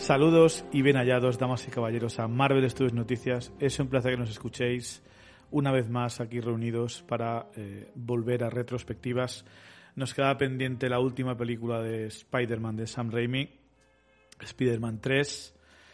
Saludos y bien hallados, damas y caballeros, a Marvel Studios Noticias. Es un placer que nos escuchéis una vez más aquí reunidos para volver a retrospectivas. Nos queda pendiente la última película de Spider-Man de Sam Raimi, Spider-Man 3.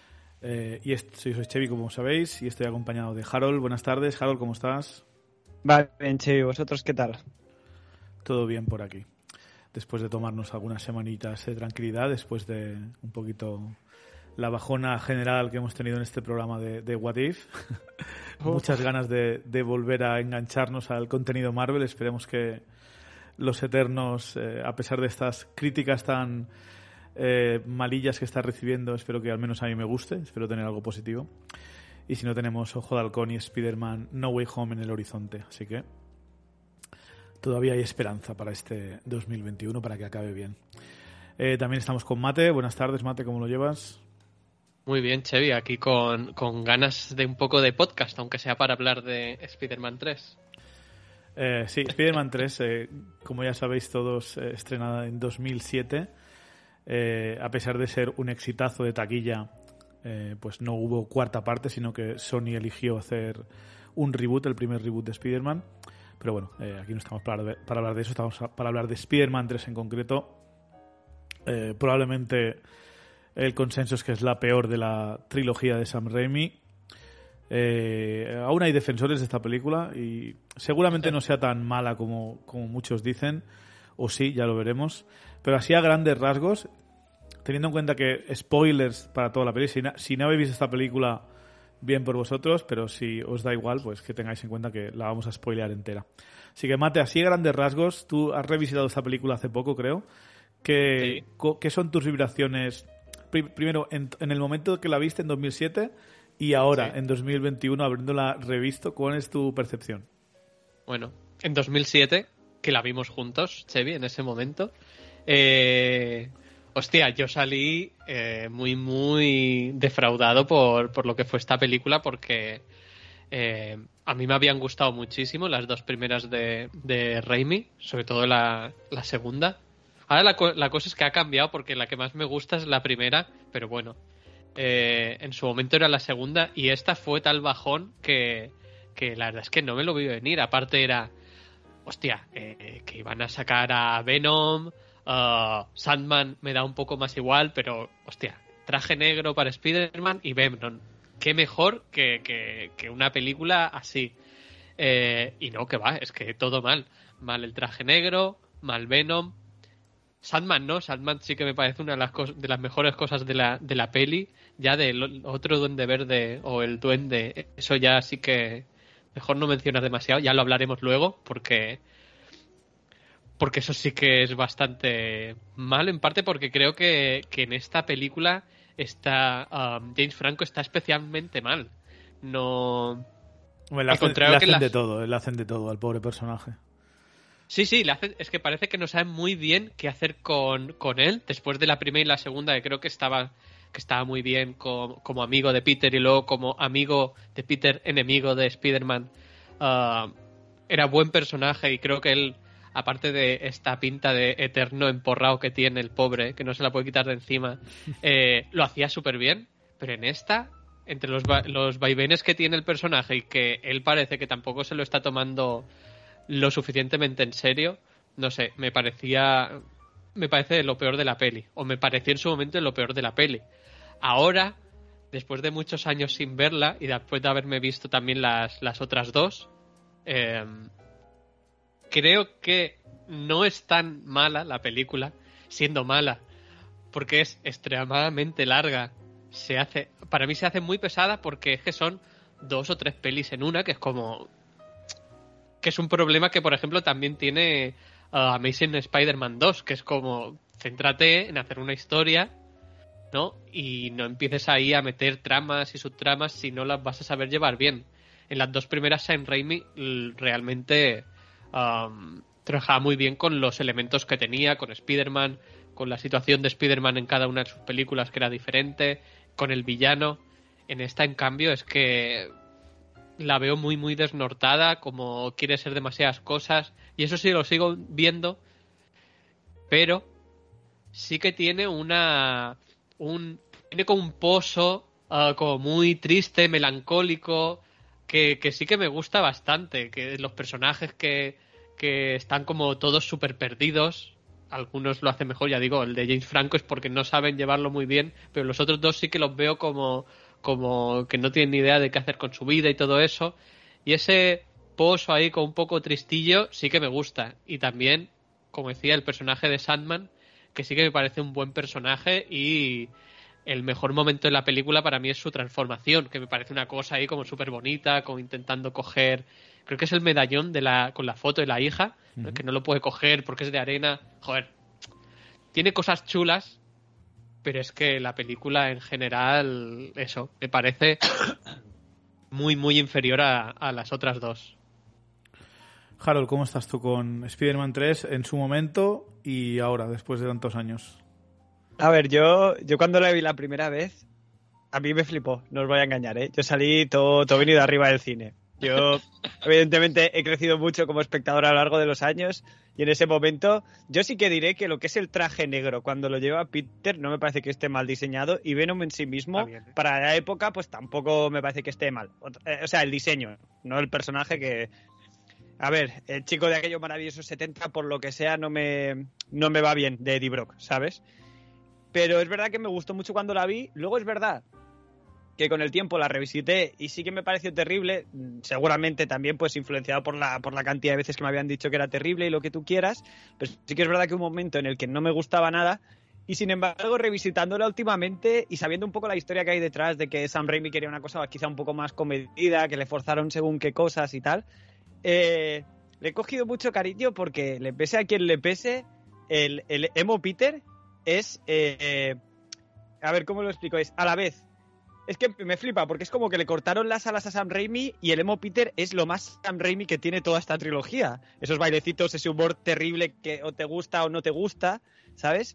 Soy Chevy, como sabéis, y estoy acompañado de Harold. Buenas tardes, Harold, ¿cómo estás? Va bien, Chevy, ¿vosotros qué tal? Todo bien por aquí. Después de tomarnos algunas semanitas de tranquilidad, después de un poquito la bajona general que hemos tenido en este programa de What If. Muchas ganas de volver a engancharnos al contenido Marvel. Esperemos que Los Eternos, a pesar de estas críticas tan malillas que está recibiendo, espero que al menos a mí me guste, espero tener algo positivo. Y si no, tenemos Ojo de Halcón y Spider-Man No Way Home en el horizonte, así que todavía hay esperanza para este 2021, para que acabe bien. También estamos con Mate. Buenas tardes, Mate, ¿cómo lo llevas? Muy bien, Chevy, aquí con ganas de un poco de podcast, aunque sea para hablar de Spider-Man 3. Sí, Spider-Man 3, como ya sabéis todos, estrenada en 2007. A pesar de ser un exitazo de taquilla, pues no hubo cuarta parte, sino que Sony eligió hacer un reboot, el primer reboot de Spider-Man. Pero bueno, aquí no estamos para hablar de eso, estamos para hablar de Spider-Man 3 en concreto. Probablemente el consenso es que es la peor de la trilogía de Sam Raimi. Aún hay defensores de esta película y seguramente no sea tan mala como muchos dicen, o sí, ya lo veremos. Pero así a grandes rasgos, teniendo en cuenta que spoilers para toda la película, si no habéis visto esta película, bien por vosotros, pero si os da igual, pues que tengáis en cuenta que la vamos a spoilear entera. Así que, Mate, así a grandes rasgos, tú has revisitado esta película hace poco, creo. ¿Qué son tus vibraciones? Primero, en el momento que la viste en 2007 y ahora, en 2021, habiéndola revisto, ¿cuál es tu percepción? Bueno, en 2007, que la vimos juntos, Chevy, en ese momento, hostia, yo salí muy, muy defraudado por lo que fue esta película, porque a mí me habían gustado muchísimo las dos primeras de Raimi, sobre todo la segunda. Ahora la cosa es que ha cambiado, porque la que más me gusta es la primera, pero bueno, en su momento era la segunda, y esta fue tal bajón que la verdad es que no me lo vi venir. Aparte era, hostia, que iban a sacar a Venom, Sandman me da un poco más igual, pero hostia, traje negro para Spider-Man y Venom, qué mejor que una película así. Y no, que va, es que todo mal el traje negro, mal Venom. Sandman no, Sandman sí que me parece una de las mejores cosas de la peli. Ya del otro Duende Verde o el Duende, eso ya sí que mejor no mencionar demasiado, ya lo hablaremos luego, porque eso sí que es bastante mal, en parte porque creo que en esta película James Franco está especialmente mal. No, Bueno, le hacen de todo al pobre personaje. Sí, es que parece que no saben muy bien qué hacer con él, después de la primera y la segunda, que creo que estaba muy bien como amigo de Peter, y luego como amigo de Peter, enemigo de Spider-Man. Era buen personaje, y creo que él, aparte de esta pinta de eterno emporrado que tiene el pobre, que no se la puede quitar de encima, lo hacía súper bien. Pero en esta, entre los vaivenes que tiene el personaje y que él parece que tampoco se lo está tomando lo suficientemente en serio, no sé, me parece lo peor de la peli, o me pareció en su momento lo peor de la peli. Ahora, después de muchos años sin verla y después de haberme visto también las otras dos, creo que no es tan mala la película, siendo mala, porque es extremadamente larga. Para mí se hace muy pesada, porque es que son 2 o 3 pelis en una, que es como, que es un problema que, por ejemplo, también tiene Amazing Spider-Man 2, que es como, céntrate en hacer una historia, ¿no? Y no empieces ahí a meter tramas y subtramas si no las vas a saber llevar bien. En las dos primeras, Sam Raimi realmente trabajaba muy bien con los elementos que tenía, con Spider-Man, con la situación de Spider-Man en cada una de sus películas, que era diferente, con el villano. En esta, en cambio, es que la veo muy, muy desnortada, como quiere ser demasiadas cosas, y eso sí lo sigo viendo, pero sí que tiene un tiene como un pozo como muy triste, melancólico, que sí que me gusta bastante, que los personajes que están como todos súper perdidos, algunos lo hacen mejor, ya digo, el de James Franco es porque no saben llevarlo muy bien, pero los otros dos sí que los veo como que no tienen ni idea de qué hacer con su vida y todo eso, y ese pozo ahí con un poco tristillo sí que me gusta, y también, como decía, el personaje de Sandman, que sí que me parece un buen personaje, y el mejor momento de la película para mí es su transformación, que me parece una cosa ahí como súper bonita, como intentando coger, creo que es el medallón con la foto de la hija, uh-huh, que no lo puede coger porque es de arena. Joder, tiene cosas chulas, pero es que la película en general, eso, me parece muy, muy inferior a las otras dos. Harold, ¿cómo estás tú con Spider-Man 3 en su momento y ahora, después de tantos años? A ver, yo cuando la vi la primera vez, a mí me flipó, no os voy a engañar, ¿eh? Yo salí todo venido arriba del cine. Yo, evidentemente, he crecido mucho como espectador a lo largo de los años y en ese momento yo sí que diré que lo que es el traje negro cuando lo lleva Peter no me parece que esté mal diseñado y Venom en sí mismo, para la época, pues tampoco me parece que esté mal. O sea, el diseño, no el personaje que... A ver, el chico de aquellos maravillosos 70, por lo que sea, no me va bien de Eddie Brock, ¿sabes? Pero es verdad que me gustó mucho cuando la vi. Luego es verdad que con el tiempo la revisité y sí que me pareció terrible, seguramente también pues influenciado por la cantidad de veces que me habían dicho que era terrible y lo que tú quieras, pero sí que es verdad que un momento en el que no me gustaba nada y sin embargo revisitándola últimamente y sabiendo un poco la historia que hay detrás de que Sam Raimi quería una cosa quizá un poco más comedida, que le forzaron según qué cosas y tal, le he cogido mucho cariño porque le pese a quien le pese, el emo Peter es, a ver, ¿cómo lo explico? Es a la vez, es que me flipa, porque es como que le cortaron las alas a Sam Raimi y el emo Peter es lo más Sam Raimi que tiene toda esta trilogía. Esos bailecitos, ese humor terrible que o te gusta o no te gusta, ¿sabes?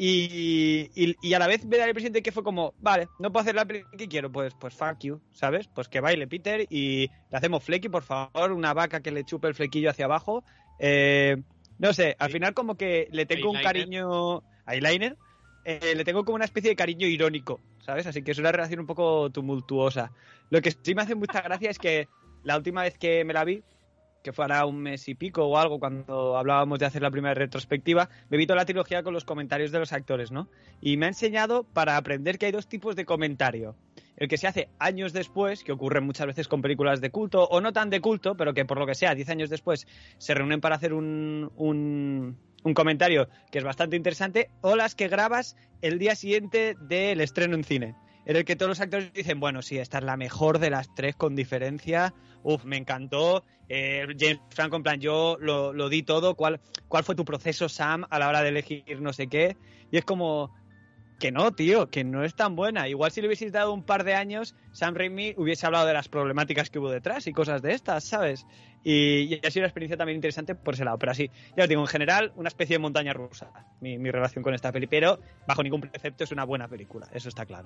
Y a la vez me da la impresión de que fue como, vale, no puedo hacer la película que quiero, pues fuck you, ¿sabes? Pues que baile Peter y le hacemos flequi, por favor, una vaca que le chupe el flequillo hacia abajo. No sé, al final como que le tengo un cariño... Eyeliner, le tengo como una especie de cariño irónico, ¿sabes? Así que es una relación un poco tumultuosa. Lo que sí me hace mucha gracia es que la última vez que me la vi, que fue ahora un mes y pico o algo, cuando hablábamos de hacer la primera retrospectiva, me vi toda la trilogía con los comentarios de los actores, ¿no? Y me ha enseñado para aprender que hay dos tipos de comentario. El que se hace años después, que ocurre muchas veces con películas de culto, o no tan de culto, pero que por lo que sea, 10 años después, se reúnen para hacer un comentario que es bastante interesante, o las que grabas el día siguiente del estreno en cine, en el que todos los actores dicen, bueno, sí, esta es la mejor de las tres con diferencia, me encantó, James Franco, en plan, yo lo di todo, ¿cuál fue tu proceso, Sam, a la hora de elegir no sé qué? Y es como... Que no, tío, que no es tan buena. Igual si le hubieseis dado un par de años, Sam Raimi hubiese hablado de las problemáticas que hubo detrás y cosas de estas, ¿sabes? Y ha sido una experiencia también interesante por ese lado. Pero así, ya os digo, en general, una especie de montaña rusa, mi relación con esta peli. Pero, bajo ningún precepto, es una buena película. Eso está claro.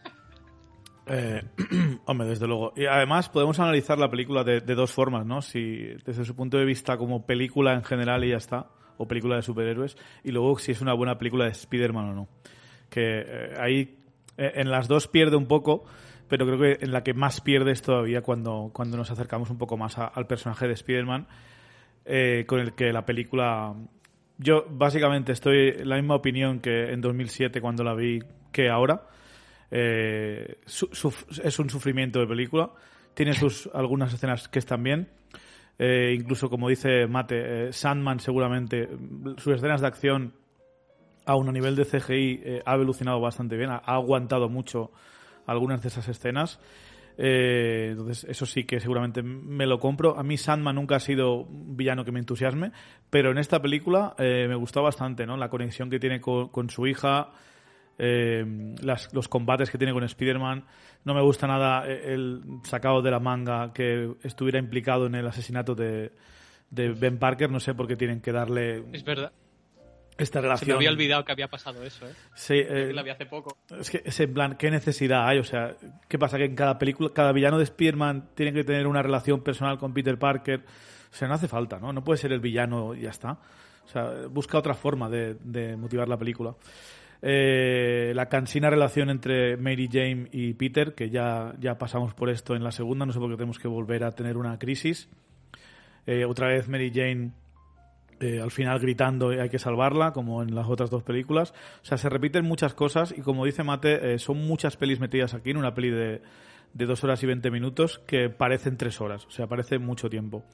Hombre, desde luego. Y además podemos analizar la película de dos formas, ¿no? Si desde su punto de vista como película en general y ya está, o película de superhéroes, y luego si es una buena película de Spider-Man o no. Que ahí en las dos pierde un poco, pero creo que en la que más pierde es todavía cuando nos acercamos un poco más al personaje de Spider-Man, con el que la película... Yo básicamente estoy en la misma opinión que en 2007 cuando la vi que ahora. Es un sufrimiento de película. Tiene algunas escenas que están bien. Incluso, como dice Mate, Sandman seguramente, sus escenas de acción... aún a nivel de CGI ha evolucionado bastante bien, ha aguantado mucho algunas de esas escenas, entonces eso sí que seguramente me lo compro. A mí Sandman nunca ha sido un villano que me entusiasme, pero en esta película me gustó bastante, ¿no? La conexión que tiene con su hija, los combates que tiene con Spider-Man. No me gusta nada el sacado de la manga que estuviera implicado en el asesinato de Ben Parker, no sé por qué tienen que darle... Es verdad. Esta relación. Se me había olvidado que había pasado eso, ¿eh? Sí, la vi hace poco. Es que es en plan, ¿qué necesidad hay? O sea, ¿qué pasa? Que en cada película, cada villano de Spider-Man tiene que tener una relación personal con Peter Parker. O sea, no hace falta, ¿no? No puede ser el villano y ya está. O sea, busca otra forma de motivar la película. La cansina relación entre Mary Jane y Peter, que ya pasamos por esto en la segunda, no sé por qué tenemos que volver a tener una crisis. Otra vez Mary Jane al final gritando hay que salvarla, como en las otras dos películas. O sea, se repiten muchas cosas y como dice Mate, son muchas pelis metidas aquí en una peli de 2 horas y 20 minutos que parecen 3 horas. O sea, parece mucho tiempo.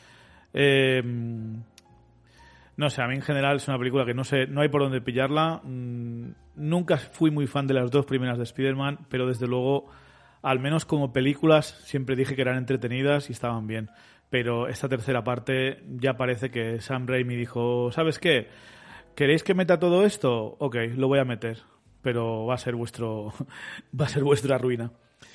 No sé, a mí en general es una película que no hay por dónde pillarla. Nunca fui muy fan de las dos primeras de Spider-Man, pero desde luego, al menos como películas, siempre dije que eran entretenidas y estaban bien. Pero esta tercera parte ya parece que Sam Raimi dijo, ¿sabes qué? ¿Queréis que meta todo esto? Ok, lo voy a meter, pero va a ser vuestra ruina.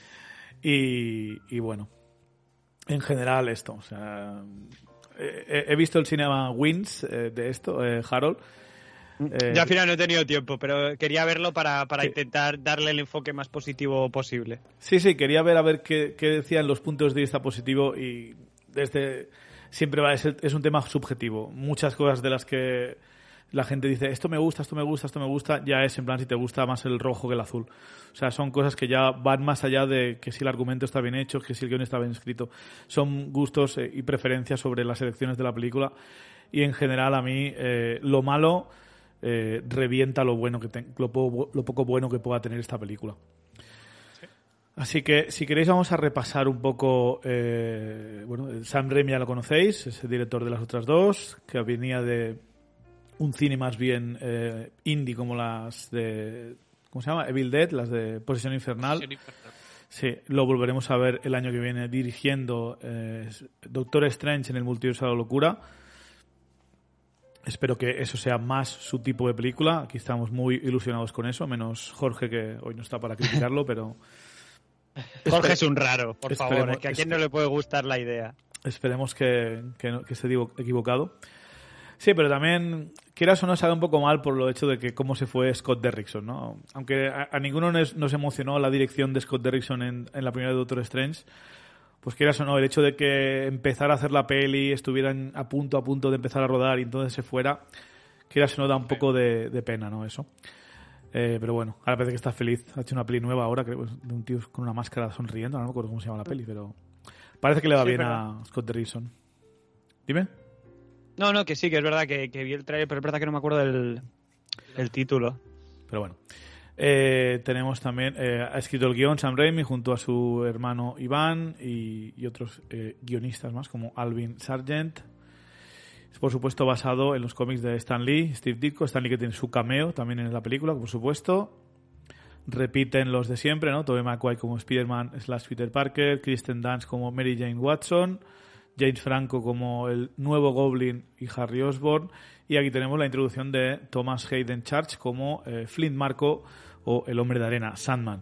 Y bueno, en general esto, o sea, he visto el Cinema Wins de esto, Harold. Yo al final no he tenido tiempo, pero quería verlo para intentar darle el enfoque más positivo posible. Sí, quería ver a ver qué decían los puntos de vista positivo y siempre es un tema subjetivo. Muchas cosas de las que la gente dice esto me gusta, ya es en plan si te gusta más el rojo que el azul. O sea, son cosas que ya van más allá de que si el argumento está bien hecho, que si el guion está bien escrito. Son gustos y preferencias sobre las elecciones de la película y en general a mí lo malo revienta lo bueno lo poco bueno que pueda tener esta película. Así que, si queréis, vamos a repasar un poco. Sam Raimi ya lo conocéis, es el director de las otras dos, que venía de un cine más bien indie, como las de. ¿Cómo se llama? Evil Dead, las de Posesión Infernal. Sí, lo volveremos a ver el año que viene dirigiendo Doctor Strange en el Multiverso de la Locura. Espero que eso sea más su tipo de película. Aquí estamos muy ilusionados con eso, menos Jorge, que hoy no está para criticarlo, pero. Jorge es un raro, por favor, es que a quién no le puede gustar la idea. Esperemos que esté equivocado. Sí, pero también, quieras o no, sale un poco mal por lo hecho de que cómo se fue Scott Derrickson, ¿no? Aunque a ninguno nos emocionó la dirección de Scott Derrickson en la primera de Doctor Strange, pues quieras o no, el hecho de que empezara a hacer la peli, estuvieran a punto de empezar a rodar y entonces se fuera, quieras o no, da un poco de pena, ¿no? Eso. Pero bueno, ahora parece que está feliz. Ha hecho una peli nueva ahora, creo, de un tío con una máscara sonriendo. No me acuerdo cómo se llama la peli, pero parece que le va bien a Scott Derrickson. Dime. No, que sí, que es verdad que vi el trailer, pero es verdad que no me acuerdo del título. Pero bueno. Tenemos también, ha escrito el guión Sam Raimi junto a su hermano Iván y otros guionistas más, como Alvin Sargent. Es, por supuesto, basado en los cómics de Stan Lee, Steve Ditko. Stan Lee, que tiene su cameo también en la película, por supuesto. Repiten los de siempre, ¿no? Tobey Maguire como Spider-Man / Peter Parker, Kristen Dunst como Mary Jane Watson, James Franco como el nuevo Goblin y Harry Osborn. Y aquí tenemos la introducción de Thomas Hayden Church como Flint Marko o el Hombre de Arena, Sandman.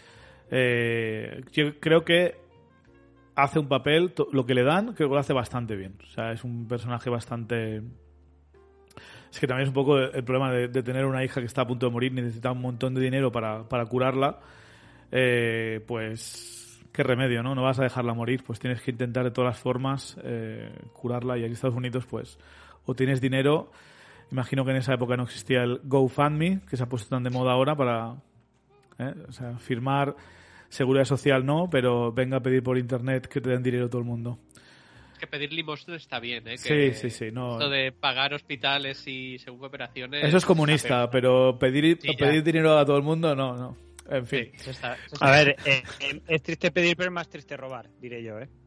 Yo creo que hace un papel, lo que le dan, creo que lo hace bastante bien. O sea, es un personaje bastante... Es que también es un poco el problema de tener una hija que está a punto de morir, necesita un montón de dinero para curarla. Pues, qué remedio, ¿no? No vas a dejarla morir, pues tienes que intentar de todas las formas curarla. Y aquí en Estados Unidos, pues, o tienes dinero... Imagino que en esa época no existía el GoFundMe, que se ha puesto tan de moda ahora para... O sea, firmar... Seguridad social no, pero venga a pedir por internet que te den dinero todo el mundo. Que pedir limosna está bien, ¿eh? Sí. No. Esto de pagar hospitales y según operaciones... Eso es comunista, pero pedir dinero a todo el mundo, no. En fin. Sí, a ver, es triste pedir, pero es más triste robar, diré yo, ¿eh?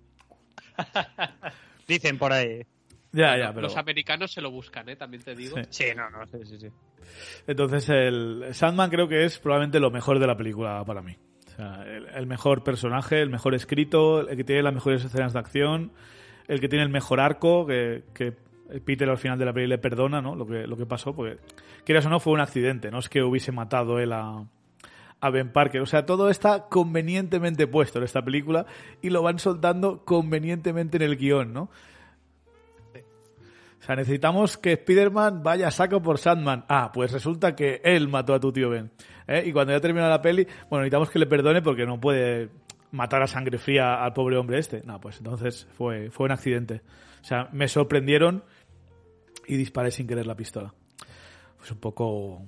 Dicen por ahí. Ya, pero... Los americanos se lo buscan, ¿eh? También te digo. Sí, sí. Entonces, el Sandman creo que es probablemente lo mejor de la película para mí. O sea, el mejor personaje, el mejor escrito, el que tiene las mejores escenas de acción, el que tiene el mejor arco, que Peter al final de la peli le perdona, ¿no? Lo que pasó, porque quieras o no fue un accidente, no es que hubiese matado él a Ben Parker. O sea, todo está convenientemente puesto en esta película y lo van soltando convenientemente en el guión, ¿no? O sea, necesitamos que Spider-Man vaya a saco por Sandman. Ah, pues resulta que él mató a tu tío Ben. Y cuando ya termina la peli, bueno, necesitamos que le perdone porque no puede matar a sangre fría al pobre hombre este. No, pues entonces fue un accidente. O sea, me sorprendieron y disparé sin querer la pistola. Pues un poco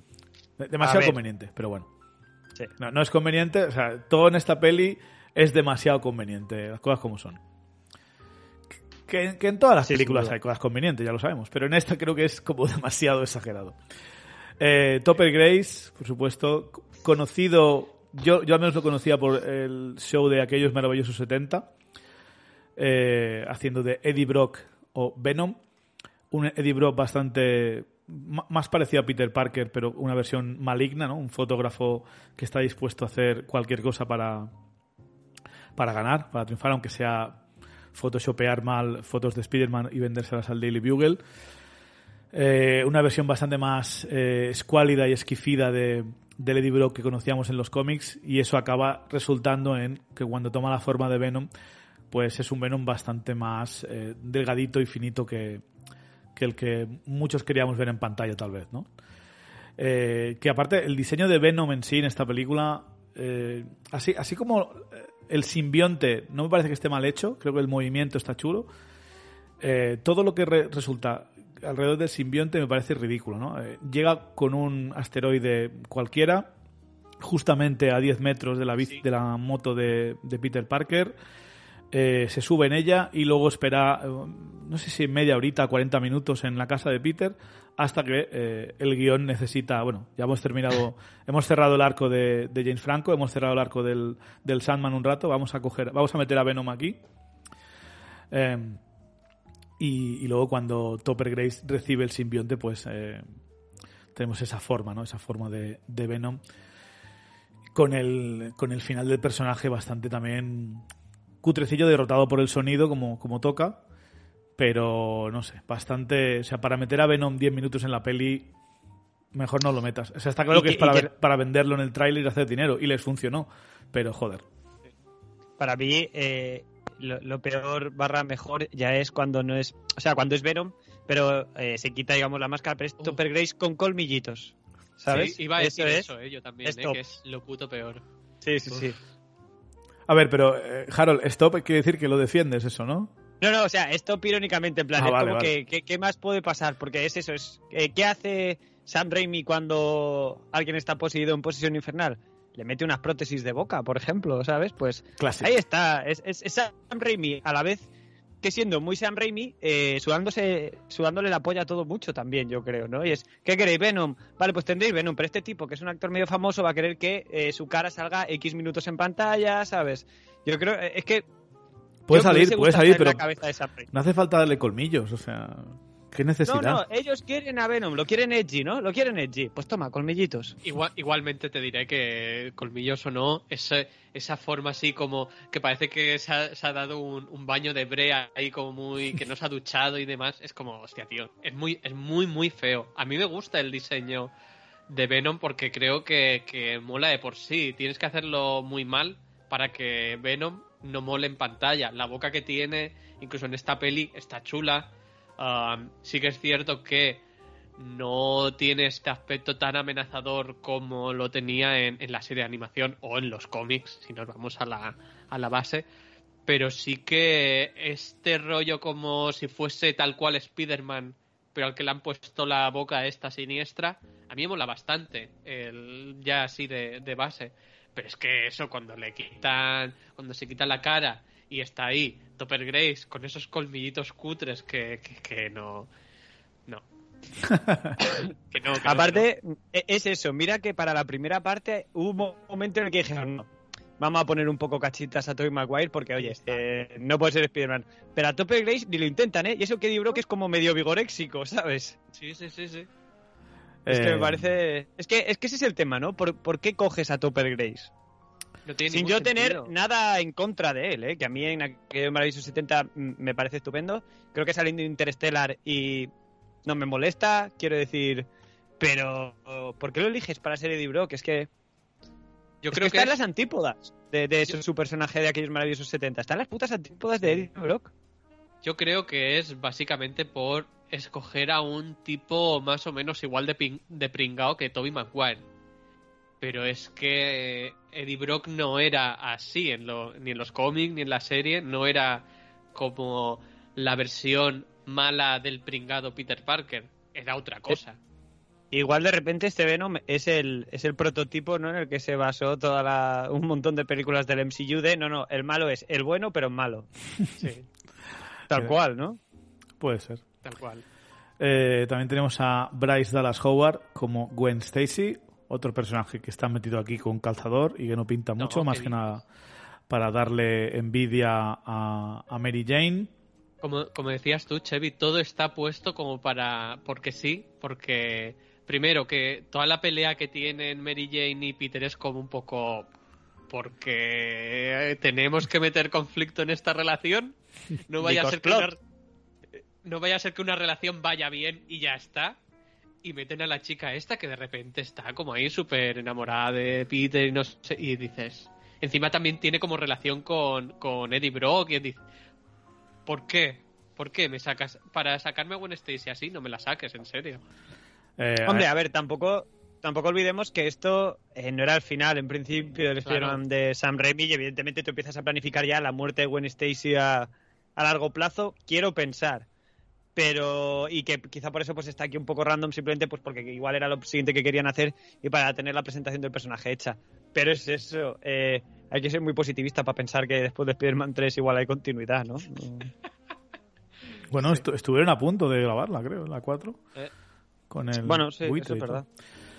Demasiado conveniente, pero bueno. Sí. No es conveniente, o sea, todo en esta peli es demasiado conveniente, las cosas como son. Que en todas las películas hay cosas convenientes, ya lo sabemos, pero en esta creo que es como demasiado exagerado. Topher Grace, por supuesto, conocido, yo al menos lo conocía por el show de Aquellos Maravillosos 70, haciendo de Eddie Brock o Venom, un Eddie Brock bastante más parecido a Peter Parker, pero una versión maligna, ¿no? Un fotógrafo que está dispuesto a hacer cualquier cosa para ganar, para triunfar, aunque sea photoshopear mal fotos de Spider-Man y vendérselas al Daily Bugle. Una versión bastante más escuálida y esquifida de Eddie Brock que conocíamos en los cómics, y eso acaba resultando en que cuando toma la forma de Venom, pues es un Venom bastante más delgadito y finito que el que muchos queríamos ver en pantalla, tal vez, ¿no? Que aparte, el diseño de Venom en sí, en esta película, así como el simbionte no me parece que esté mal hecho, creo que el movimiento está chulo, todo lo que resulta alrededor del simbionte me parece ridículo, ¿no? Llega con un asteroide cualquiera, justamente a 10 metros de la moto de Peter Parker, se sube en ella y luego espera, no sé si media horita, 40 minutos en la casa de Peter, hasta que el guión necesita, bueno, ya hemos cerrado el arco de James Franco, hemos cerrado el arco del Sandman un rato, vamos a meter a Venom aquí. Y luego cuando Topher Grace recibe el simbionte, pues tenemos esa forma, ¿no? Esa forma de Venom con el final del personaje bastante también cutrecillo, derrotado por el sonido como toca, pero no sé, bastante, o sea, para meter a Venom 10 minutos en la peli mejor no lo metas. O sea, está claro que es para venderlo en el tráiler y hacer dinero, y les funcionó, pero joder. Para mí lo peor / mejor ya es cuando no es, o sea, cuando es Venom, pero se quita, digamos, la máscara, pero es Topher Grace con colmillitos, ¿sabes? Sí, iba a decir eso, yo también, que es lo puto peor. Sí. A ver, pero Harold, stop quiere decir que lo defiendes, eso, ¿no? No, o sea, stop irónicamente, en plan, es vale, como vale. que ¿qué más puede pasar? Porque es eso, ¿qué hace Sam Raimi cuando alguien está poseído en posesión infernal? Le mete unas prótesis de boca, por ejemplo, ¿sabes? Pues clásico. Ahí está, es Sam Raimi, a la vez que siendo muy Sam Raimi, sudándole la polla a todo mucho también, yo creo, ¿no? Y es, ¿qué queréis, Venom? Vale, pues tendréis Venom, pero este tipo, que es un actor medio famoso, va a querer que su cara salga X minutos en pantalla, ¿sabes? Yo creo, es que... Puede salir, pero no hace falta darle colmillos, o sea... ¿Qué necesidad? No, ellos quieren a Venom, lo quieren edgy, ¿no? Lo quieren edgy. Pues toma, colmillitos. Igualmente te diré que colmillos o no, esa forma así como que parece que se ha dado un baño de brea ahí como muy... que no se ha duchado y demás, es como, hostia, tío, es muy feo. A mí me gusta el diseño de Venom porque creo que mola de por sí. Tienes que hacerlo muy mal para que Venom no mole en pantalla. La boca que tiene, incluso en esta peli, está chula. Sí que es cierto que no tiene este aspecto tan amenazador como lo tenía en la serie de animación o en los cómics, si nos vamos a la base, pero sí que este rollo como si fuese tal cual Spider-Man, pero al que le han puesto la boca esta siniestra, a mí me mola bastante, ya así de base. Pero es que eso, cuando se quita la cara y está ahí Topher Grace con esos colmillitos cutres que no. Aparte, es eso. Mira que para la primera parte hubo un momento en el que dijeron, no, vamos a poner un poco cachitas a Tobey Maguire porque, oye, no puede ser Spider-Man. Pero a Topher Grace ni lo intentan, ¿eh? Y eso que Eddie Brock es como medio vigoréxico, ¿sabes? Sí. Es que me parece... Es que ese es el tema, ¿no? ¿Por qué coges a Topher Grace? No tiene sin ningún yo sentido. tener nada en contra de él, que a mí en aquel maravilloso 70 me parece estupendo. Creo que saliendo de Interstellar y no me molesta, quiero decir, pero ¿por qué lo eliges para ser Eddie Brock? Es que yo creo que está en las antípodas de su personaje de aquellos maravillosos 70. Está en las putas antípodas de Eddie Brock. Yo creo que es básicamente por escoger a un tipo más o menos igual de pringao que Tobey Maguire. Pero es que Eddie Brock no era así ni en los cómics ni en la serie, no era como la versión mala del pringado Peter Parker, era otra cosa. Igual de repente este Venom es el prototipo, ¿no?, en el que se basó un montón de películas del MCU no, el malo es el bueno pero malo. Sí, Tal cual, ¿no? Puede ser. tal cual. También tenemos a Bryce Dallas Howard como Gwen Stacy, otro personaje que está metido aquí con calzador y que no pinta mucho, No, más que nada para darle envidia a Mary Jane. Como decías tú, Chevy, todo está puesto como porque sí, porque primero que toda la pelea que tienen Mary Jane y Peter es como un poco porque tenemos que meter conflicto en esta relación. No vaya a ser que una relación vaya bien y ya está. Y meten a la chica esta que de repente está como ahí súper enamorada de Peter y no sé, y dices... Encima también tiene como relación con Eddie Brock y dices... ¿Por qué? ¿Por qué me sacas? Para sacarme a Gwen Stacy así, no me la saques, en serio. Hombre, a ver, tampoco olvidemos que esto no era el final, en principio, del Spider-Man de Sam Raimi, y evidentemente tú empiezas a planificar ya la muerte de Gwen Stacy a largo plazo, quiero pensar. Pero, y que quizá por eso pues está aquí un poco random, simplemente pues porque igual era lo siguiente que querían hacer y para tener la presentación del personaje hecha. Pero es eso, hay que ser muy positivista para pensar que después de Spider-Man 3 igual hay continuidad, ¿no? Bueno, estuvieron a punto de grabarla, creo, la 4. Con el bueno, sí, buitre eso es verdad.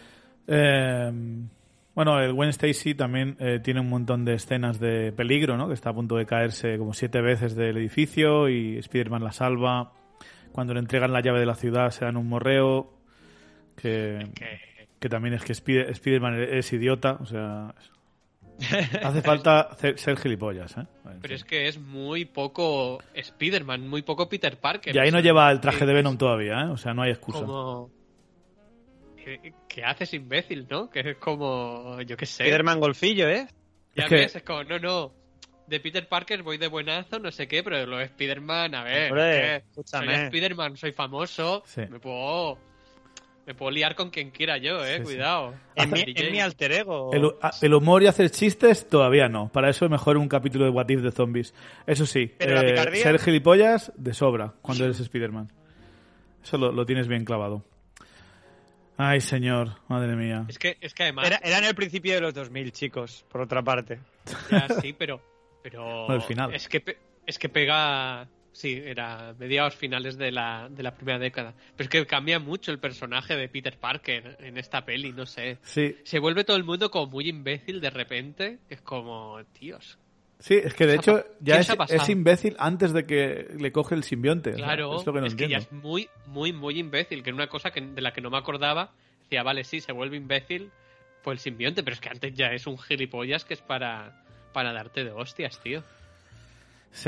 Bueno, el Gwen Stacy también tiene un montón de escenas de peligro, ¿no? Que está a punto de caerse como 7 veces del edificio y Spider-Man la salva. Cuando le entregan la llave de la ciudad se dan un morreo que también es que Spider-Man es idiota, o sea, hace falta ser gilipollas, ¿eh? Pero es que es muy poco Spider-Man, muy poco Peter Parker. Y ahí no lleva el traje de Venom todavía, ¿eh? O sea, no hay excusa. Como... ¿Qué haces, imbécil, no? Que es como... Yo qué sé. Spider-Man golfillo, ¿eh? Ya ves, es como... No. De Peter Parker voy de buenazo, no sé qué, pero lo de Spider-Man, a ver... Hombre, soy Spider-Man, soy famoso, sí. me puedo liar con quien quiera yo, Sí, cuidado. En mi alter ego. El humor y hacer chistes todavía no. Para eso es mejor un capítulo de What If de zombies. Eso sí, Pero la picardía... ser gilipollas de sobra cuando eres Spider-Man. Eso lo tienes bien clavado. Ay, señor, madre mía. Es que además... Era en el principio de los 2000, chicos, por otra parte. Ya, sí, pero al final. Es que pega... Sí, era mediados finales de la primera década. Pero es que cambia mucho el personaje de Peter Parker en esta peli, no sé. Sí. Se vuelve todo el mundo como muy imbécil de repente. Es como, tíos. Sí, es que de hecho ya es imbécil antes de que le coge el simbionte. Claro, o sea, es lo que no es que entiendo. ya es muy, muy, muy imbécil. Que era una cosa de la que no me acordaba. Decía, vale, sí, se vuelve imbécil por el simbionte, pero es que antes ya es un gilipollas que es para darte de hostias, tío. Sí.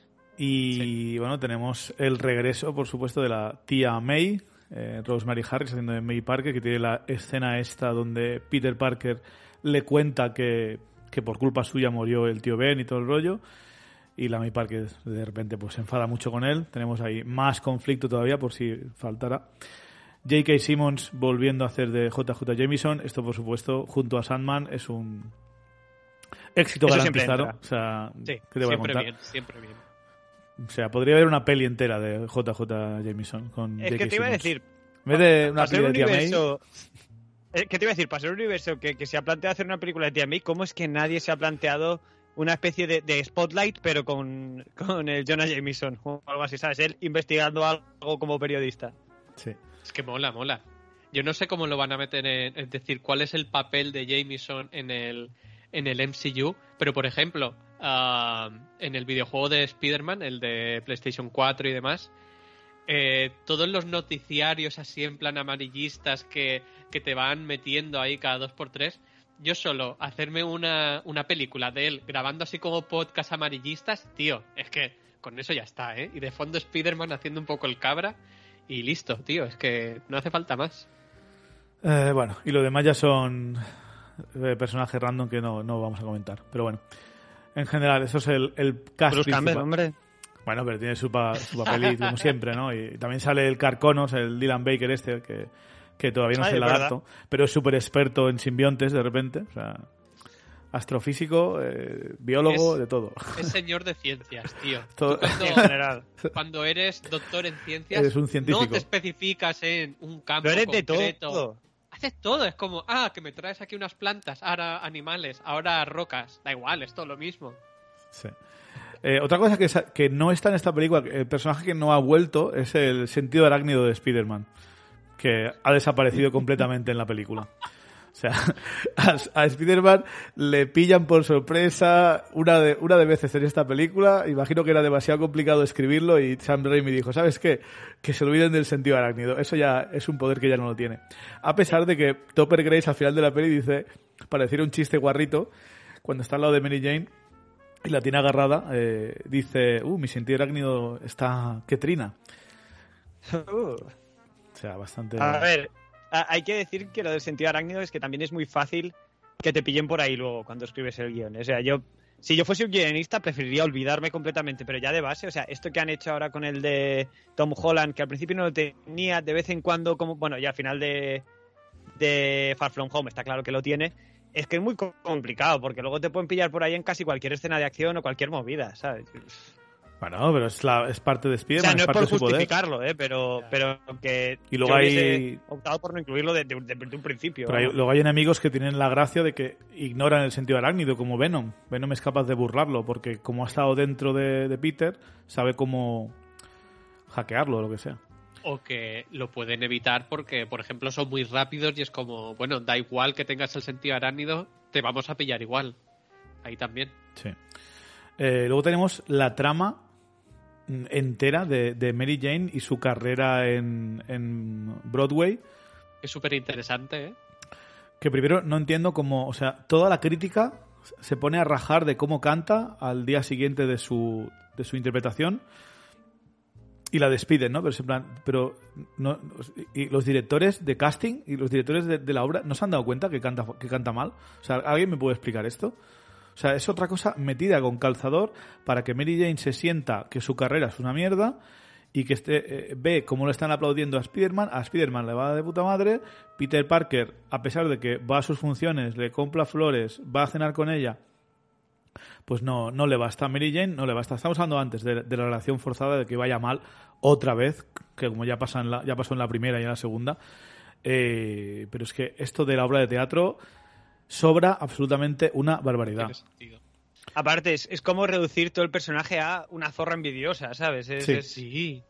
Y bueno, tenemos el regreso, por supuesto, de la tía May, Rosemary Harris, haciendo de May Parker, que tiene la escena esta donde Peter Parker le cuenta que por culpa suya murió el tío Ben y todo el rollo. Y la May Parker de repente pues se enfada mucho con él. Tenemos ahí más conflicto todavía por si faltara. J.K. Simmons volviendo a hacer de JJ Jameson. Esto, por supuesto, junto a Sandman, es un éxito garantizado. O sea, sí, ¿qué te voy a contar? Siempre bien. O sea, podría haber una peli entera de JJ Jameson con Es J.K. que te iba a Simmons. decir... En vez de una peli de Tía May... ¿Qué te iba a decir? Para ser un universo que se ha planteado hacer una película de Tía May, ¿cómo es que nadie se ha planteado una especie de Spotlight, pero con el Jonah Jameson o algo así, ¿sabes? Él investigando algo como periodista. Sí. Es que mola. Yo no sé cómo lo van a meter es decir, cuál es el papel de Jameson en el MCU, pero por ejemplo, en el videojuego de Spider-Man, el de PlayStation 4 y demás, todos los noticiarios así en plan amarillistas que te van metiendo ahí cada 2x3, yo solo hacerme una película de él grabando así como podcast amarillistas, tío, es que con eso ya está, ¿eh? Y de fondo Spider-Man haciendo un poco el cabra y listo, tío, es que no hace falta más. Bueno, y lo demás ya son personajes random que no vamos a comentar, pero bueno, en general eso es el cast Bruce principal. Campbell, hombre. Bueno, pero tiene su papel como siempre, ¿no? Y también sale el Carconos, el Dylan Baker que todavía no es el lagarto, pero es súper experto en simbiontes de repente. O sea, Astrofísico, biólogo, de todo. Es señor de ciencias, tío. Todo. Tú En general. cuando eres doctor en ciencias, Eres un científico. no te especificas en un campo Pero eres de concreto. todo. Haces todo, es como, que me traes aquí unas plantas, ahora animales, ahora rocas. Da igual, es todo lo mismo. Sí. Otra cosa que no está en esta película, el personaje que no ha vuelto, es el sentido arácnido de Spider-Man, que ha desaparecido completamente en la película. O sea, a Spider-Man le pillan por sorpresa una de veces en esta película. Imagino que era demasiado complicado escribirlo y Sam Raimi dijo, ¿sabes qué? Que se olviden del sentido arácnido. Eso ya es un poder que ya no lo tiene. A pesar de que Topper Grace al final de la peli dice, para decir un chiste guarrito, cuando está al lado de Mary Jane y la tiene agarrada, dice, mi sentido arácnido está que trina. O sea, bastante... A ver, hay que decir que lo del sentido arácnido es que también es muy fácil que te pillen por ahí luego cuando escribes el guión. O sea, si yo fuese un guionista preferiría olvidarme completamente, pero ya de base, o sea, esto que han hecho ahora con el de Tom Holland, que al principio no lo tenía, de vez en cuando, como bueno, ya al final de Far From Home está claro que lo tiene, es que es muy complicado, porque luego te pueden pillar por ahí en casi cualquier escena de acción o cualquier movida, ¿sabes? Bueno, pero es parte de O Spider-Man, sea, no es es parte por de su poder. justificarlo, pero que Y luego yo hay- hubiese optado por no incluirlo desde un principio. Pero vamos. luego hay enemigos que tienen la gracia de que ignoran el sentido arácnido, como Venom. Venom es capaz de burlarlo, porque como ha estado dentro de Peter, sabe cómo hackearlo o lo que sea. O que lo pueden evitar porque, por ejemplo, son muy rápidos y es como, bueno, da igual que tengas el sentido arácnido, te vamos a pillar igual. Ahí también. Sí. Luego tenemos la trama entera de Mary Jane y su carrera en Broadway, Es súper interesante, ¿eh? que primero no entiendo cómo, o sea, toda la crítica se pone a rajar de cómo canta al día siguiente de su interpretación y la despiden, ¿no? Pero no, y los directores de casting y los directores de la obra no se han dado cuenta que canta mal. O sea, ¿alguien me puede explicar esto? O sea, es otra cosa metida con calzador para que Mary Jane se sienta que su carrera es una mierda y que ve cómo le están aplaudiendo a Spider-Man le va de puta madre, Peter Parker, a pesar de que va a sus funciones, le compra flores, va a cenar con ella, pues no le basta. A Mary Jane no le basta. Estamos hablando antes de la relación forzada, de que vaya mal otra vez, que como ya pasó en la primera y en la segunda. Pero es que esto de la obra de teatro sobra absolutamente una barbaridad. Tiene sentido. Aparte, es como reducir todo el personaje a una zorra envidiosa, ¿sabes? Sí.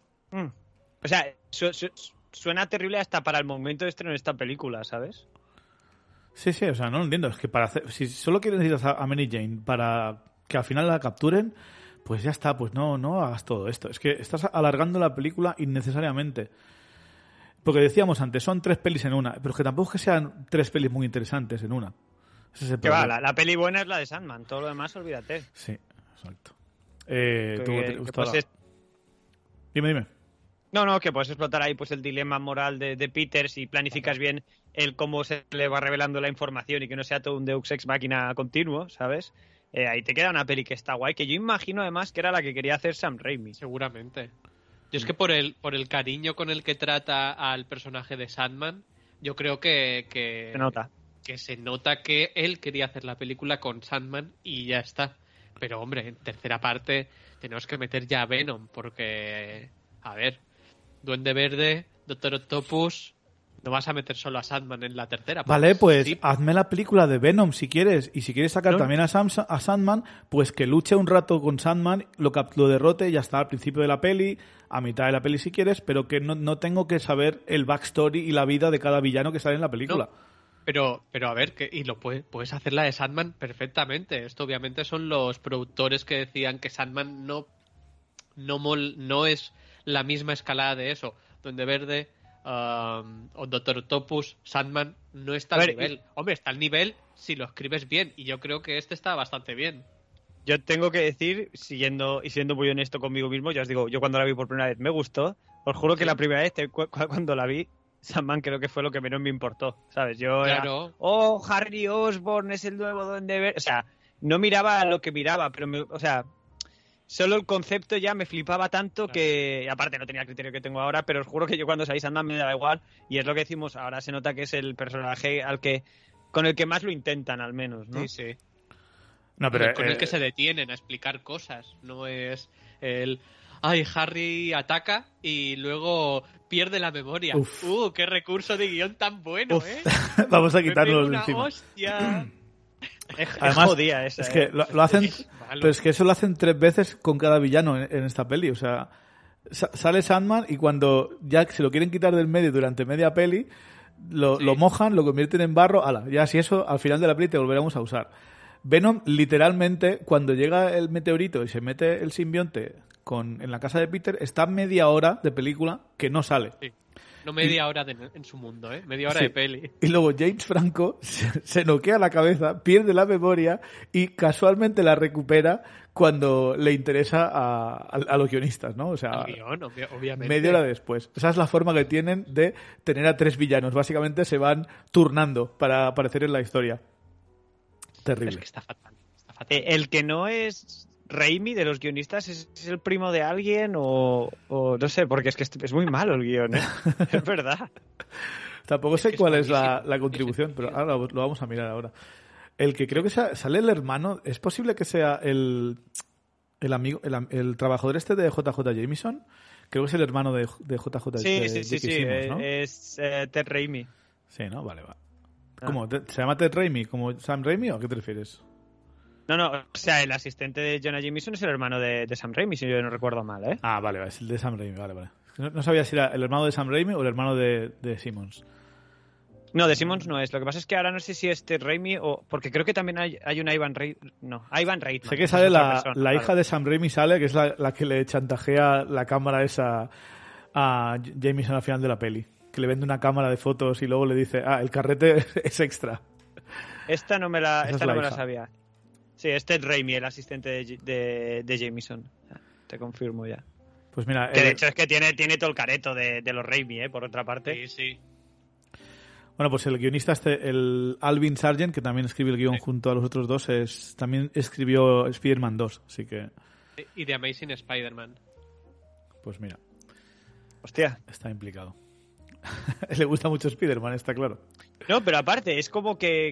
O sea, suena terrible hasta para el momento de estreno de esta película, ¿sabes? Sí, o sea, no lo entiendo. Es que si solo quieres necesitas a Mary Jane para que al final la capturen, pues ya está, pues no hagas todo esto. Es que estás alargando la película innecesariamente. Porque decíamos antes, son 3 pelis en una, pero es que tampoco es que sean 3 pelis muy interesantes en una. Ese es el Que va, problema. la peli buena es la de Sandman, todo lo demás olvídate. Sí, exacto. ¿Te gustó pues Dime. No, que puedes explotar ahí pues el dilema moral de Peter si planificas bien el cómo se le va revelando la información y que no sea todo un Deus Ex Machina continuo, ¿sabes? Ahí te queda una peli que está guay, que yo imagino además que era la que quería hacer Sam Raimi. Seguramente. Yo es que por el cariño con el que trata al personaje de Sandman, yo creo que Se nota. que se nota que él quería hacer la película con Sandman y ya está. Pero hombre, en tercera parte tenemos que meter ya a Venom porque, a ver, Duende Verde, Doctor Octopus, no vas a meter solo a Sandman en la tercera parte. Vale, pues Sí, hazme la película de Venom si quieres. Y si quieres sacar No. también a Sandman, pues que luche un rato con Sandman, lo derrote y ya está al principio de la peli, a mitad de la peli si quieres, pero que no tengo que saber el backstory y la vida de cada villano que sale en la película. Pero a ver, puedes hacer la de Sandman perfectamente. Esto obviamente son los productores que decían que Sandman no es la misma escalada de eso. Duende Verde o Doctor Octopus, Sandman no está A al ver, nivel. Hombre, está al nivel si lo escribes bien. Y yo creo que este está bastante bien. Yo tengo que decir, siendo muy honesto conmigo mismo, ya os digo, yo cuando la vi por primera vez me gustó. Os juro que la primera vez, cuando la vi, Sandman creo que fue lo que menos me importó, ¿sabes? Yo Claro. era, Harry Osborn es el nuevo Duende Verde. O sea, no miraba lo que miraba, pero, solo el concepto ya me flipaba tanto que, aparte no tenía el criterio que tengo ahora, pero os juro que yo cuando salí Sandman me daba igual. Y es lo que decimos, ahora se nota que es el personaje al que con el que más lo intentan, al menos, ¿no? Sí, sí. No, pero, Con el que se detienen a explicar cosas. No es el... Ay, Harry ataca y luego pierde la memoria. Uf. Qué recurso de guión tan bueno, Uf. ¿eh? Vamos a Me quitarlo pego de una encima. hostia. Además, jodida esa, es que lo hacen, Es malo. pero es que eso lo hacen 3 veces con cada villano en esta peli. O sea, sale Sandman y cuando ya se lo quieren quitar del medio durante media peli, lo mojan, lo convierten en barro. Ala, ya si eso al final de la peli te volveremos a usar. Venom, literalmente, cuando llega el meteorito y se mete el simbionte en la casa de Peter, está media hora de película que no sale. Sí. No media hora en su mundo, ¿eh? Media hora de peli. Y luego James Franco se noquea la cabeza, pierde la memoria y casualmente la recupera cuando le interesa a los guionistas, ¿no? O sea, El guión, obviamente. media hora después. Esa es la forma que tienen de tener a 3 villanos. Básicamente se van turnando para aparecer en la historia. Terrible. Es que está fatal. Está fatal. El que no es Raimi de los guionistas es el primo de alguien o no sé, porque es que es muy malo el guión, ¿eh? Es verdad. Tampoco sé que es cuál es la malísimo. contribución, pero ahora lo vamos a mirar ahora. El que creo que sale el hermano, ¿es posible que sea el amigo, el trabajador este de JJ Jameson? Creo que es el hermano de JJ Sí, de sí, J.K. sí, Simmons, ¿no? es Ted Raimi. Sí, ¿no? Vale, va. ¿Cómo? ¿Se llama Ted Raimi? ¿Como Sam Raimi o a qué te refieres? No, o sea, el asistente de Jonah Jameson es el hermano de Sam Raimi, si yo no recuerdo mal, ¿eh? Ah, vale, es el de Sam Raimi, vale. No sabía si era el hermano de Sam Raimi o el hermano de Simmons. No, de Simmons no es. Lo que pasa es que ahora no sé si es Ted Raimi o... Porque creo que también hay una Ivan Reitman. No, Ivan Reitman. Sé que sale es otra la persona, hija de Sam Raimi, sale, que es la que le chantajea la cámara esa a Jameson al final de la peli. Que le vende una cámara de fotos y luego le dice, el carrete es extra. Esta no me la hija. sabía. Sí, es Ted Raimi, el asistente de Jameson. Te confirmo ya. Pues mira... Que de hecho es que tiene todo el careto de los Raimi, por otra parte. Sí. Bueno, pues el guionista el Alvin Sargent, que también escribió el guión junto a los otros dos, también escribió Spider-Man 2, así que... Y The Amazing Spider-Man. Pues mira, Hostia. está implicado. Le gusta mucho Spider-Man, está claro. No, pero aparte, es como que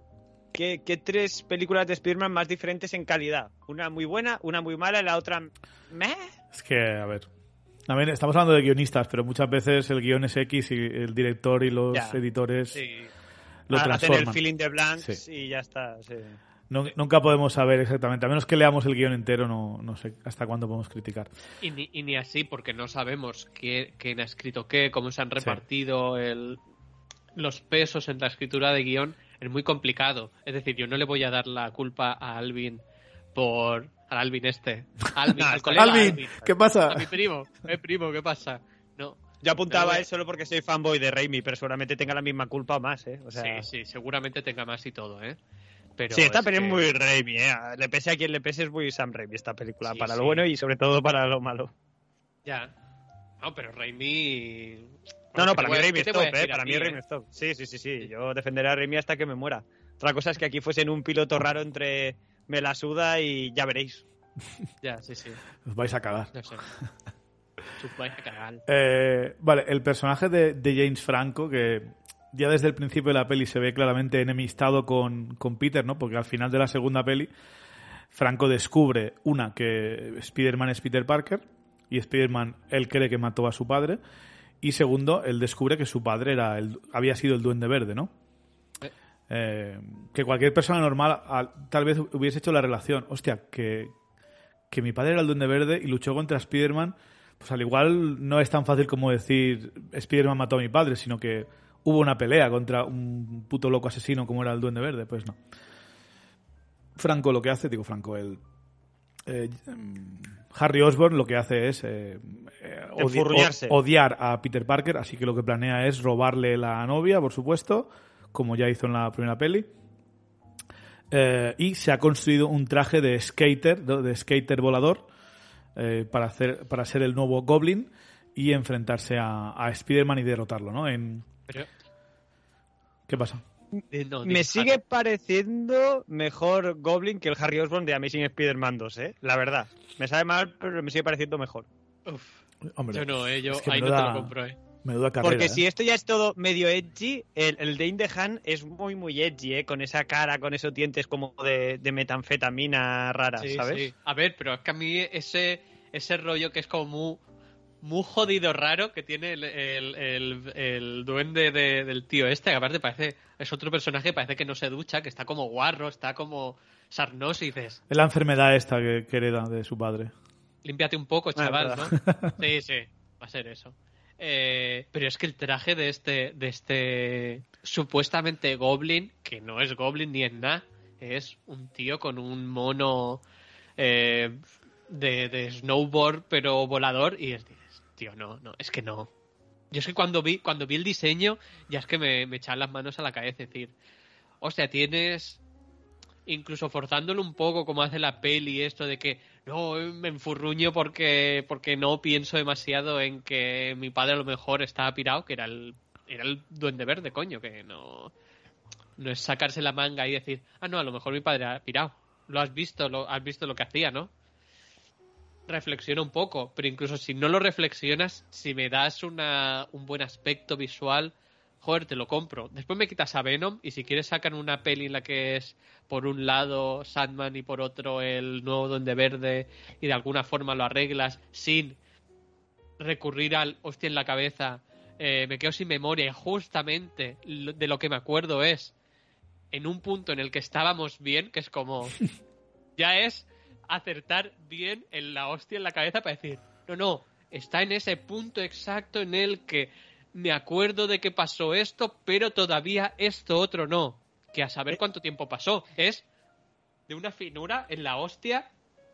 3 películas de Spider-Man más diferentes en calidad. Una muy buena, una muy mala y la otra... ¿meh? Es que, a ver... También estamos hablando de guionistas, pero muchas veces el guión es X y el director y los editores lo Hacen transforman. el filling de blanks y ya está. Sí. Nunca podemos saber exactamente, a menos que leamos el guión entero, no sé hasta cuándo podemos criticar. Y ni así, porque no sabemos quién ha escrito qué, cómo se han repartido los pesos en la escritura de guión. Es muy complicado. Es decir, yo no le voy a dar la culpa a Alvin al Alvin al colega Alvin, ¿qué pasa? A mi primo, ¿qué pasa? No. Yo apuntaba eso solo porque soy fanboy de Raimi, pero seguramente tenga la misma culpa o más, ¿eh? O sea... Sí, seguramente tenga más y todo, ¿eh? Pero sí, esta peli es que... muy Raimi, ¿eh? Le pese a quien le pese, es muy Sam Raimi esta película, Sí, para sí. lo bueno y sobre todo para lo malo. Ya. No, pero Raimi... No, para mí ¿qué Raimi es te voy a top, decir para a mí ti, Raimi es top. Sí. Yo defenderé a Raimi hasta que me muera. Otra cosa es que aquí fuesen un piloto raro entre me la suda y ya veréis. Ya, sí. Os vais a cagar. No sé. Os vais a cagar. Vale, el personaje de James Franco, que ya desde el principio de la peli se ve claramente enemistado con Peter, ¿no? Porque al final de la segunda peli, Franco descubre, que Spider-Man es Peter Parker, y Spider-Man, él cree que mató a su padre, y segundo, él descubre que su padre había sido el Duende Verde, ¿no? Que cualquier persona normal tal vez hubiese hecho la relación. Hostia, que mi padre era el Duende Verde y luchó contra Spider-Man. Pues al igual no es tan fácil como decir Spider-Man mató a mi padre, sino que hubo una pelea contra un puto loco asesino como era el Duende Verde. Pues no. Franco lo que hace, Harry Osborn lo que hace es odiar a Peter Parker, así que lo que planea es robarle la novia, por supuesto, como ya hizo en la primera peli. Y se ha construido un traje de skater volador para ser el nuevo Goblin y enfrentarse a Spider-Man y derrotarlo, ¿no? Pero... ¿Qué pasa? Me sigue pareciendo mejor Goblin que el Harry Osborn de Amazing Spider-Man 2, la verdad. Me sabe mal, pero me sigue pareciendo mejor. Uf. Hombre, Yo no, yo es que ahí no te lo compro, Menuda carrera. Porque si esto ya es todo medio edgy, el Dane DeHaan es muy, muy edgy, ¿eh? Con esa cara, con esos dientes como de metanfetamina rara, Sí, ¿sabes? sí. A ver, pero es que a mí ese rollo que es como muy jodido raro que tiene el duende del tío este, que aparte es otro personaje que parece que no se ducha, que está como guarro, está como sarnoso y dices, Es la enfermedad esta que hereda de su padre. límpiate un poco, chaval, ¿no? Sí, sí, va a ser eso. Pero es que el traje de este supuestamente Goblin, que no es Goblin ni es nada, es un tío con un mono de snowboard pero volador y dices, tío, no, es que no. Yo es que cuando vi el diseño ya es que me echaban las manos a la cabeza, es decir, hostia, tienes incluso forzándolo un poco como hace la peli esto de que no, me enfurruño porque no pienso demasiado en que mi padre a lo mejor estaba pirado, que era el Duende Verde, coño, que no es sacarse la manga y decir, no, a lo mejor mi padre ha pirado. Has visto lo que hacía, ¿no? Reflexiona un poco, pero incluso si no lo reflexionas, si me das un buen aspecto visual, joder, te lo compro. Después me quitas a Venom y si quieres sacan una peli en la que es por un lado Sandman y por otro el nuevo Duende Verde y de alguna forma lo arreglas sin recurrir al hostia en la cabeza, me quedo sin memoria y justamente de lo que me acuerdo es en un punto en el que estábamos bien, que es como ya es acertar bien en la hostia en la cabeza para decir, no, está en ese punto exacto en el que me acuerdo de que pasó esto, pero todavía esto otro no. Que a saber cuánto tiempo pasó. Es de una finura en la hostia.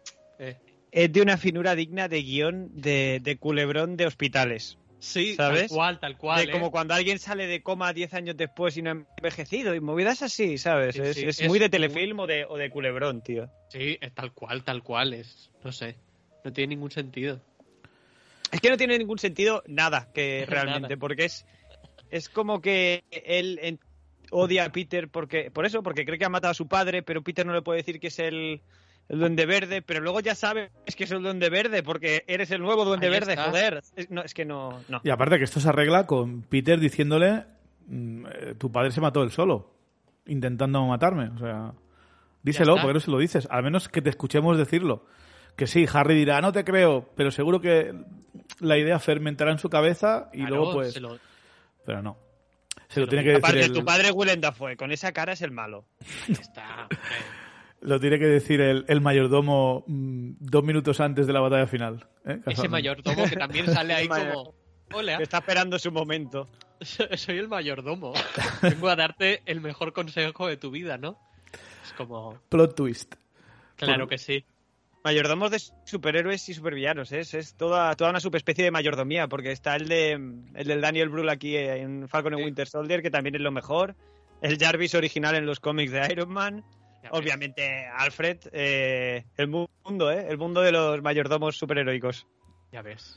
Es de una finura digna de guión de culebrón de hospitales. Sí, ¿sabes? tal cual. Como cuando alguien sale de coma 10 años después y no ha envejecido y movidas así, ¿sabes? Sí, es muy de telefilm o de culebrón, tío. Sí, es tal cual. No sé. No tiene ningún sentido. Es que no tiene ningún sentido nada, que realmente, Nada. porque es como que él odia a Peter porque cree que ha matado a su padre, pero Peter no le puede decir que es el Duende Verde, pero luego ya sabes que es el Duende Verde porque eres el nuevo Duende Ahí Verde, está. joder. Es que no. Y aparte que esto se arregla con Peter diciéndole tu padre se mató él solo, intentando matarme. O sea, díselo, porque no se lo dices. Al menos que te escuchemos decirlo. Que sí, Harry dirá, no te creo, pero seguro que la idea fermentará en su cabeza y luego pues... Pero no. Se lo tiene que decir aparte, tu padre Willem Dafoe, con esa cara es el malo. Ahí está. Lo tiene que decir el mayordomo 2 minutos antes de la batalla final. Ese mayordomo que también sale ahí como... Hola. Que está esperando su momento. Soy el mayordomo. Vengo a darte el mejor consejo de tu vida, ¿no? Es como... Plot twist. Claro que sí. Mayordomos de superhéroes y supervillanos, ¿eh? Es toda una subespecie de mayordomía, porque está el del Daniel Brühl aquí en Falcon and Winter Soldier, que también es lo mejor. El Jarvis original en los cómics de Iron Man. Obviamente Alfred, el mundo de los mayordomos superheroicos. Ya ves.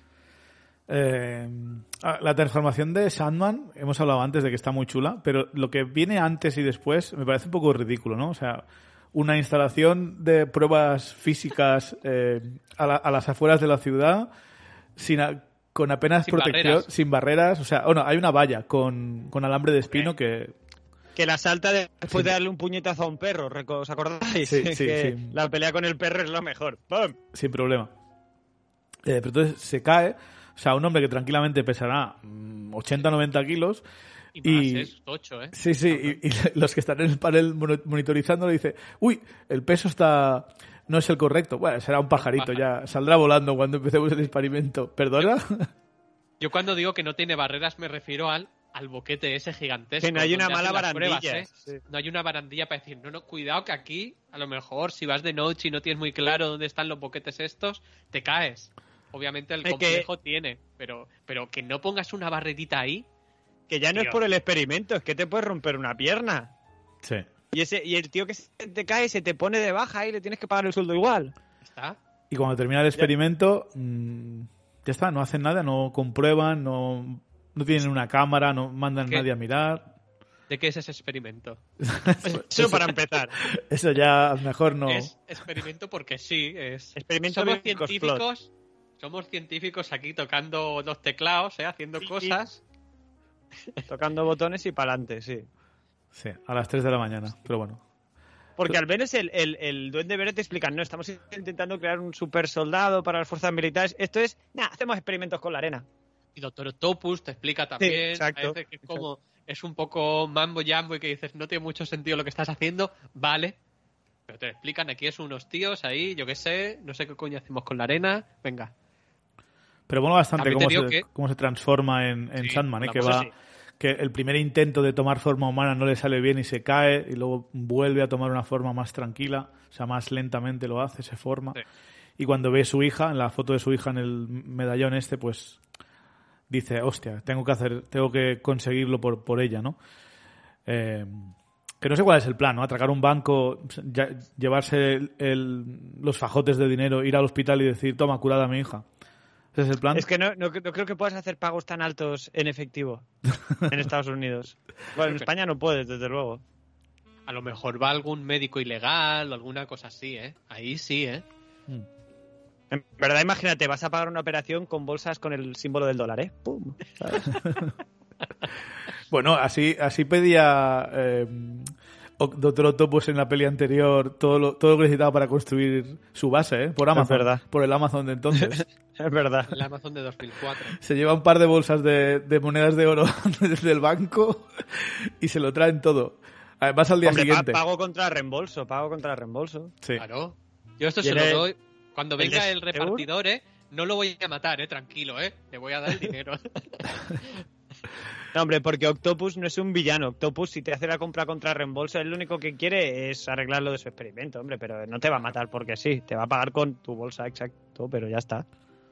La transformación de Sandman, hemos hablado antes de que está muy chula, pero lo que viene antes y después me parece un poco ridículo, ¿no? O sea, una instalación de pruebas físicas a las afueras de la ciudad con apenas protección, sin barreras. O sea, hay una valla con alambre de espino que la salta después de darle un puñetazo a un perro, ¿os acordáis? Sí. La pelea con el perro es lo mejor. ¡Pum! Sin problema. Pero entonces se cae, o sea, un hombre que tranquilamente pesará 80-90 kilos. Y más, es tocho, ¿eh? Sí, y los que están en el panel monitorizando le dice, uy, el peso no es el correcto. Bueno, será un pajarito, ya saldrá volando cuando empecemos el experimento. ¿Perdona? Yo cuando digo que no tiene barreras me refiero al boquete ese gigantesco. Que no hay una mala barandilla. Pruebas, ¿eh? Sí. No hay una barandilla para decir, no, cuidado que aquí, a lo mejor, si vas de noche y no tienes muy claro dónde están los boquetes estos, te caes. Obviamente el complejo tiene, pero que no pongas una barrerita ahí. Que ya no es por el experimento, es que te puedes romper una pierna. Sí. Y el tío que se te cae se te pone de baja y le tienes que pagar el sueldo igual. ¿Está? Y cuando termina el experimento, ya está, no hacen nada, no comprueban, no tienen una cámara, no mandan a nadie a mirar. ¿De qué es ese experimento? Eso para empezar. Eso ya mejor no. Es experimento porque sí, es... Experimento Somos científicos aquí tocando los teclados, haciendo cosas Tocando botones y para adelante, sí. Sí, a las 3 de la mañana, pero bueno. Porque al menos el Duende Verde te explica, no, estamos intentando crear un super soldado para las fuerzas militares. Esto es, hacemos experimentos con la arena. Y Doctor Octopus te explica también, Sí, exacto, a veces que es como, es un poco mambo jambo y que dices, no tiene mucho sentido lo que estás haciendo, vale, pero te explican, aquí es unos tíos ahí, yo qué sé, no sé qué coño hacemos con la arena, venga. Pero bueno, bastante También cómo se transforma en Sí, Sandman, la que cosa va... sí. Que el primer intento de tomar forma humana no le sale bien y se cae, y luego vuelve a tomar una forma más tranquila, o sea, más lentamente lo hace, se forma. Sí. Y cuando ve a su hija, en la foto de su hija en el medallón este, pues dice, hostia, tengo que conseguirlo por ella, ¿no? Que no sé cuál es el plan, ¿no? Atracar un banco, llevarse los fajotes de dinero, ir al hospital y decir, toma, curada a mi hija. ¿Ese es el plan? Es que no creo que puedas hacer pagos tan altos en efectivo en Estados Unidos. Bueno, en España no puedes, desde luego. A lo mejor va algún médico ilegal o alguna cosa así, ¿eh? Ahí sí, ¿eh? En verdad, imagínate, vas a pagar una operación con bolsas con el símbolo del dólar, ¿eh? ¡Pum! ¿Sabes? Bueno, así pedía Doctor Octopus en la peli anterior todo lo que necesitaba para construir su base, ¿eh? Por Amazon. Es verdad. Por el Amazon de entonces. Es verdad. El Amazon de 2004. Se lleva un par de bolsas de monedas de oro desde el banco y se lo traen todo. Además al día Hombre, siguiente. pago contra reembolso. Sí. Claro. Yo esto se ¿Tiene- lo doy. Cuando venga el el repartidor, no lo voy a matar, tranquilo, le voy a dar el dinero. No, hombre, porque Octopus no es un villano. Octopus, si te hace la compra contra reembolso, él lo único que quiere es arreglar lo de su experimento, hombre, pero no te va a matar porque sí. Te va a pagar con tu bolsa, exacto, pero ya está.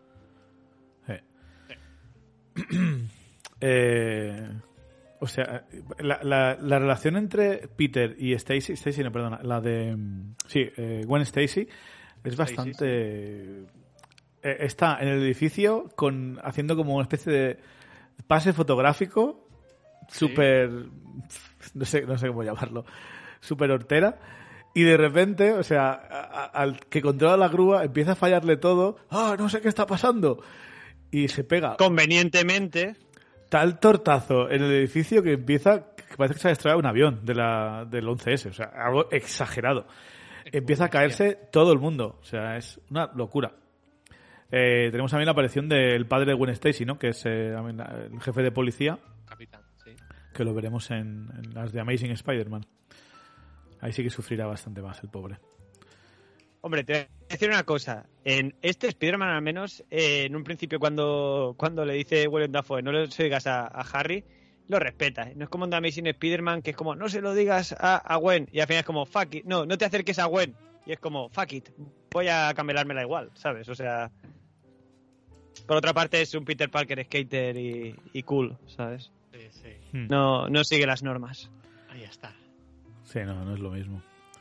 O sea, la relación entre Peter y Stacy no, perdona, la de Gwen Stacy es bastante está en el edificio haciendo como una especie de pase fotográfico súper no sé cómo llamarlo, súper hortera. Y de repente, o sea, al que controla la grúa empieza a fallarle todo. No sé qué está pasando. Y se pega Convenientemente. tal tortazo en el edificio que parece que se ha estrellado un avión del 11S. O sea, algo exagerado. Empieza a caerse todo el mundo. O sea, es una locura. Tenemos también la aparición del padre de Gwen Stacy, ¿no? Que es el jefe de policía. Capitán, sí. Que lo veremos en las de Amazing Spider-Man. Ahí sí que sufrirá bastante más el pobre. Hombre, te voy a decir una cosa. En este Spider-Man, al menos, en un principio, cuando le dice Willem Dafoe, no le digas a Harry, lo respeta. No es como en The Amazing Spider-Man, que es como, no se lo digas a Gwen. Y al final es como, fuck it. No te acerques a Gwen. Y es como, fuck it. Voy a camelármela igual, ¿sabes? O sea... Por otra parte, es un Peter Parker skater y cool, ¿sabes? Sí. No sigue las normas. Ahí está. Sí, no es lo mismo.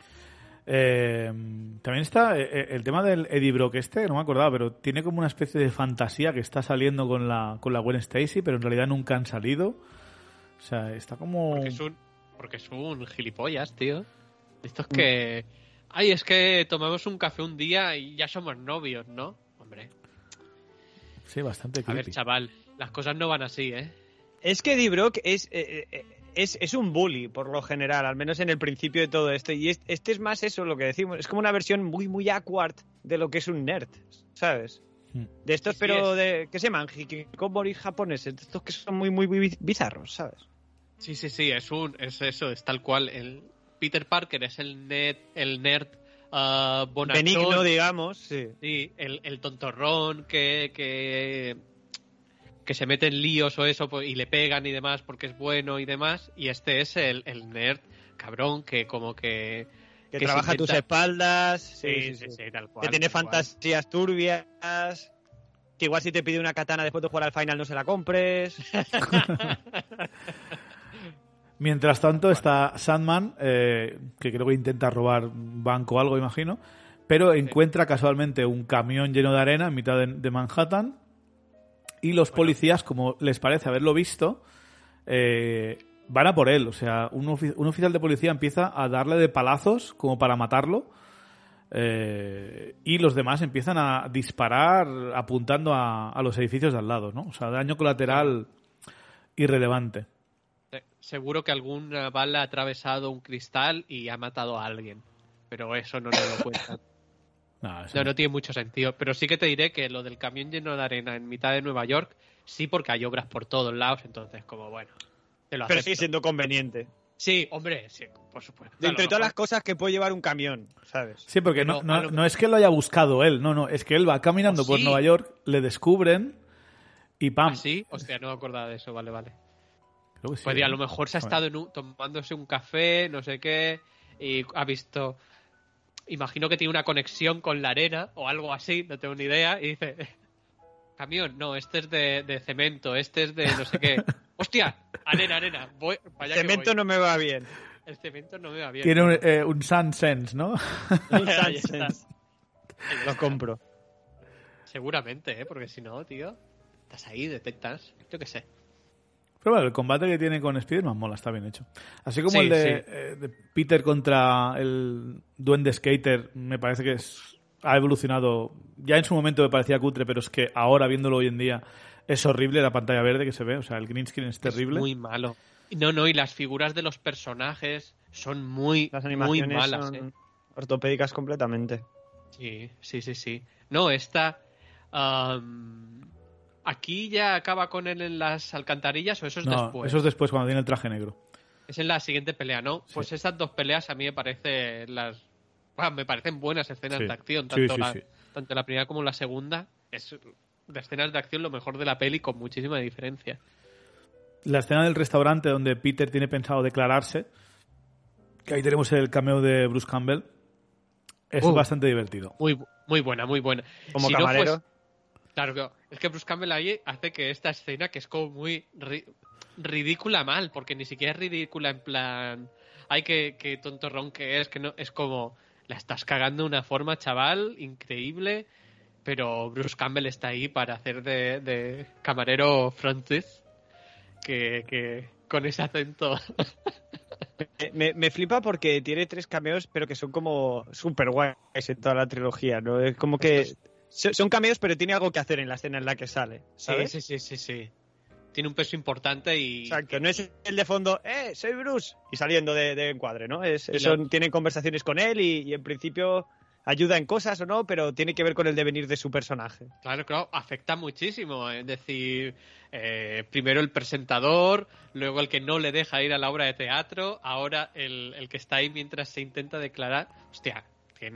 También está el tema del Eddie Brock no me acordaba, pero tiene como una especie de fantasía que está saliendo con la Gwen Stacy, pero en realidad nunca han salido. O sea, está como... Porque es un gilipollas, tío. Esto es que... Ay, es que tomamos un café un día y ya somos novios, ¿no? Hombre. Sí, bastante A creepy. ver, chaval, las cosas no van así, ¿eh? Es que Eddie Brock es un bully, por lo general, al menos en el principio de todo esto. Y este es más eso, lo que decimos. Es como una versión muy, muy awkward de lo que es un nerd, ¿sabes? De estos, Sí, pero de... ¿Qué se llaman? Hikikomori japoneses. De estos que son muy, muy bizarros, ¿sabes? Sí, es eso, es tal cual. El Peter Parker es el nerd bonachón. Benigno, digamos, sí. Sí, el tontorrón que se mete en líos o eso y le pegan y demás porque es bueno y demás. Y este es el nerd cabrón que como que trabaja a tus espaldas. Sí, tal cual. Que tiene tal cual. fantasías turbias. Que igual si te pide una katana después de jugar al final no se la compres. Mientras tanto está Sandman, que creo que intenta robar un banco o algo, imagino, pero encuentra casualmente un camión lleno de arena en mitad de Manhattan y los policías, como les parece haberlo visto, van a por él. O sea, un oficial de policía empieza a darle de palazos como para matarlo y los demás empiezan a disparar apuntando a los edificios de al lado, ¿no? O sea, daño colateral irrelevante. Seguro que alguna bala ha atravesado un cristal y ha matado a alguien. Pero eso no nos lo cuentan. No tiene mucho sentido. Pero sí que te diré que lo del camión lleno de arena en mitad de Nueva York, sí, porque hay obras por todos lados, entonces como bueno, te lo acepto. Pero sigue siendo conveniente. Sí, hombre, sí, por supuesto. De entre todas las cosas que puede llevar un camión, ¿sabes? Sí, porque no es que lo haya buscado él, no, es que él va caminando por Nueva York, le descubren y ¡pam! ¿Ah, sí? Hostia, no me acordaba de eso, vale. Creo que sí, pues a lo mejor se ha estado tomándose un café, no sé qué, y ha visto... Imagino que tiene una conexión con la arena o algo así, no tengo ni idea, y dice... Camión, no, este es de cemento, este es de no sé qué. ¡Hostia! Arena. Cemento no me va bien. El cemento no me va bien. Tiene un SunSense, ¿no? Un SunSense. Lo compro. Seguramente, porque si no, tío, estás ahí, detectas, yo qué sé. Pero bueno, el combate que tiene con Spider-Man mola, está bien hecho. Así como el de Peter contra el Duende Skater, me parece que ha evolucionado. Ya en su momento me parecía cutre, pero es que ahora, viéndolo hoy en día, es horrible la pantalla verde que se ve. O sea, el green screen es terrible. Es muy malo. No, y las figuras de los personajes son muy, las animaciones muy malas. Son ortopédicas completamente. Sí. No, esta... ¿Aquí ya acaba con él en las alcantarillas o eso es después? Eso es después, cuando tiene el traje negro. Es en la siguiente pelea, ¿no? Sí. Pues esas dos peleas a mí me parecen buenas escenas de acción. Tanto la primera como la segunda. Es de escenas de acción lo mejor de la peli con muchísima diferencia. La escena del restaurante donde Peter tiene pensado declararse, que ahí tenemos el cameo de Bruce Campbell, es bastante divertido. Muy buena. Como camarero. No, pues, claro, es que Bruce Campbell ahí hace que esta escena, que es como muy ridícula mal, porque ni siquiera es ridícula en plan, ay, qué tontorrón que es, que no, es como, la estás cagando de una forma, chaval, increíble, pero Bruce Campbell está ahí para hacer de camarero Francis, que con ese acento... Me flipa porque tiene 3 cameos, pero que son como super guays en toda la trilogía, ¿no? Es como que son cameos, pero tiene algo que hacer en la escena en la que sale, ¿sabes? Sí. Tiene un peso importante y... Exacto, no es el de fondo, soy Bruce, y saliendo de encuadre, ¿no? Tienen conversaciones con él y en principio ayuda en cosas o no, pero tiene que ver con el devenir de su personaje. Claro, afecta muchísimo. Es decir, primero el presentador, luego el que no le deja ir a la obra de teatro, ahora el que está ahí mientras se intenta declarar. Hostia,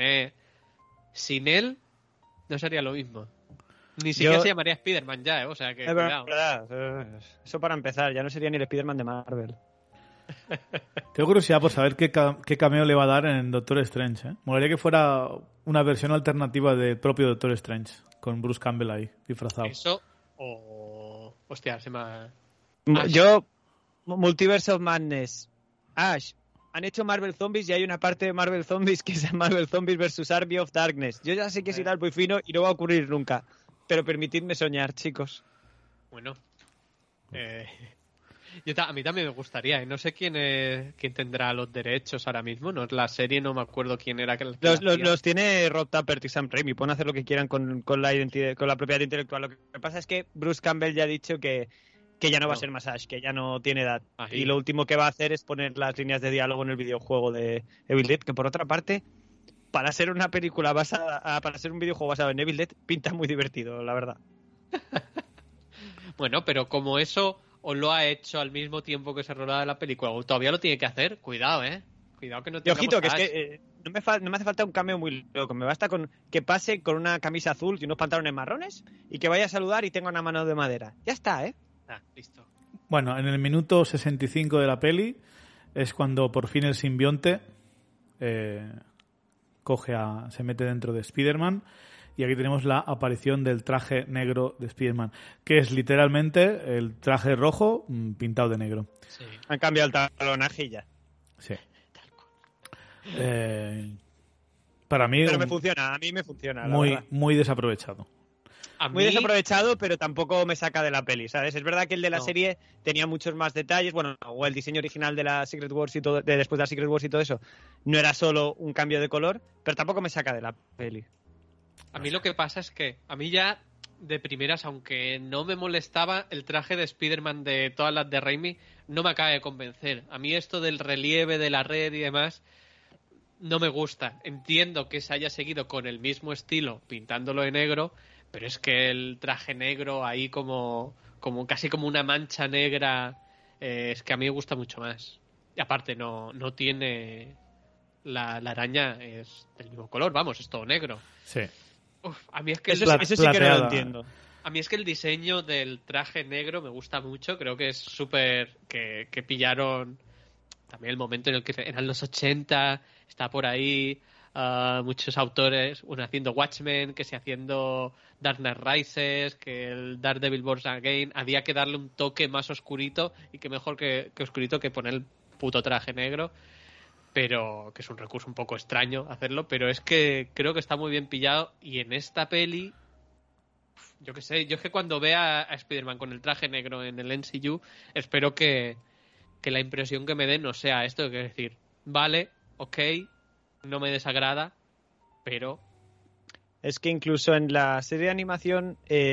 sin él no sería lo mismo. Ni siquiera se llamaría Spider-Man ya, o sea que cuidado. Verdad. Eso para empezar, ya no sería ni el Spider-Man de Marvel. Tengo curiosidad por saber qué cameo le va a dar en Doctor Strange. Molaría que fuera una versión alternativa del propio Doctor Strange, con Bruce Campbell ahí, disfrazado. Eso, o... Hostia, se me ha... Yo, Multiverse of Madness. Ash, han hecho Marvel Zombies y hay una parte de Marvel Zombies que es Marvel Zombies vs. Army of Darkness. Yo ya sé que es ir al muy fino y no va a ocurrir nunca. Pero permitidme soñar, chicos. Bueno. A mí también me gustaría. No sé quién tendrá los derechos ahora mismo. No es la serie, no me acuerdo quién era. Los tiene Rob Tappert y Sam Raimi. Pueden hacer lo que quieran con la identidad, con la propiedad intelectual. Lo que pasa es que Bruce Campbell ya ha dicho que ya no va a ser más Ash, que ya no tiene edad. Y lo último que va a hacer es poner las líneas de diálogo en el videojuego de Evil Dead, que por otra parte, para ser una película para ser un videojuego basado en Evil Dead, pinta muy divertido, la verdad. Bueno, pero como eso o lo ha hecho al mismo tiempo que se rodaba la película, o todavía lo tiene que hacer, cuidado, Cuidado que no te... Y ojito, que es que no me hace falta un cambio muy loco. Me basta con que pase con una camisa azul y unos pantalones marrones y que vaya a saludar y tenga una mano de madera. Ya está, listo. Bueno, en el minuto 65 de la peli es cuando por fin el simbionte se mete dentro de Spider-Man. Y aquí tenemos la aparición del traje negro de Spider-Man, que es literalmente el traje rojo pintado de negro. Sí. Han cambiado el talonaje y ya. Sí. Para mí... Pero a mí me funciona. Muy desaprovechado. Muy desaprovechado, pero tampoco me saca de la peli, ¿sabes? Es verdad que el de la serie tenía muchos más detalles, o el diseño original de la Secret Wars y todo, después de la Secret Wars y todo eso, no era solo un cambio de color, pero tampoco me saca de la peli. A mí lo que pasa es que a mí ya de primeras, aunque no me molestaba, el traje de Spider-Man de todas las de Raimi no me acaba de convencer. A mí esto del relieve de la red y demás no me gusta. Entiendo que se haya seguido con el mismo estilo pintándolo de negro, pero es que el traje negro ahí como casi como una mancha negra, es que a mí me gusta mucho más. Y aparte no tiene... La araña es del mismo color, vamos, es todo negro. Sí. Uf, a mí es que Eso sí que no lo entiendo. A mí es que el diseño del traje negro me gusta mucho. Creo que es súper... Que pillaron también el momento en el que eran los 80, está por ahí muchos autores, uno haciendo Watchmen, que se haciendo Dark Knight Rises, que el Daredevil Born Again. Había que darle un toque más oscurito, y que mejor que oscurito que poner el puto traje negro. Pero que es un recurso un poco extraño hacerlo, pero es que creo que está muy bien pillado. Y en esta peli, yo qué sé, yo es que cuando vea a Spider-Man con el traje negro en el MCU, espero que la impresión que me dé no sea esto, que es decir, vale, ok, no me desagrada, pero... Es que incluso en la serie de animación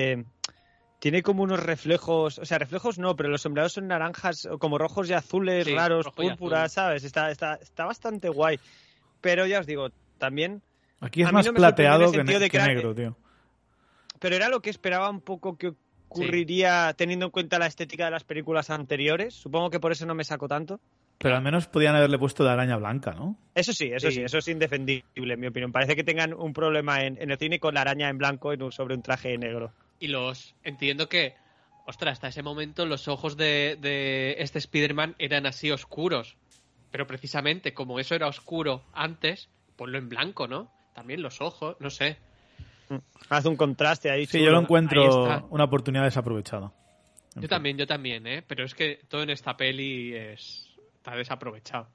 tiene como unos reflejos, o sea, reflejos no, pero los sombreados son naranjas, o como rojos y azules, Sí, raros, rojo y púrpura, azul. ¿sabes? Está bastante guay. Pero ya os digo, también... Aquí es a mí más no me sorprende en plateado el sentido de que era- negro, tío. Pero era lo que esperaba un poco que ocurriría teniendo en cuenta la estética de las películas anteriores. Supongo que por eso no me saco tanto. Pero al menos podían haberle puesto de araña blanca, ¿no? Eso sí, Sí. eso es indefendible, en mi opinión. Parece que tengan un problema en el cine con la araña en blanco sobre un traje negro. Y entiendo que, ostras, hasta ese momento los ojos de este Spider-Man eran así oscuros. Pero precisamente como eso era oscuro antes, ponlo en blanco, ¿no? También los ojos, no sé. Hace un contraste ahí. Sí, chulo. yo lo Ahí encuentro está. una oportunidad desaprovechada. En Yo fin. también, ¿eh? Pero es que todo en esta peli está desaprovechado.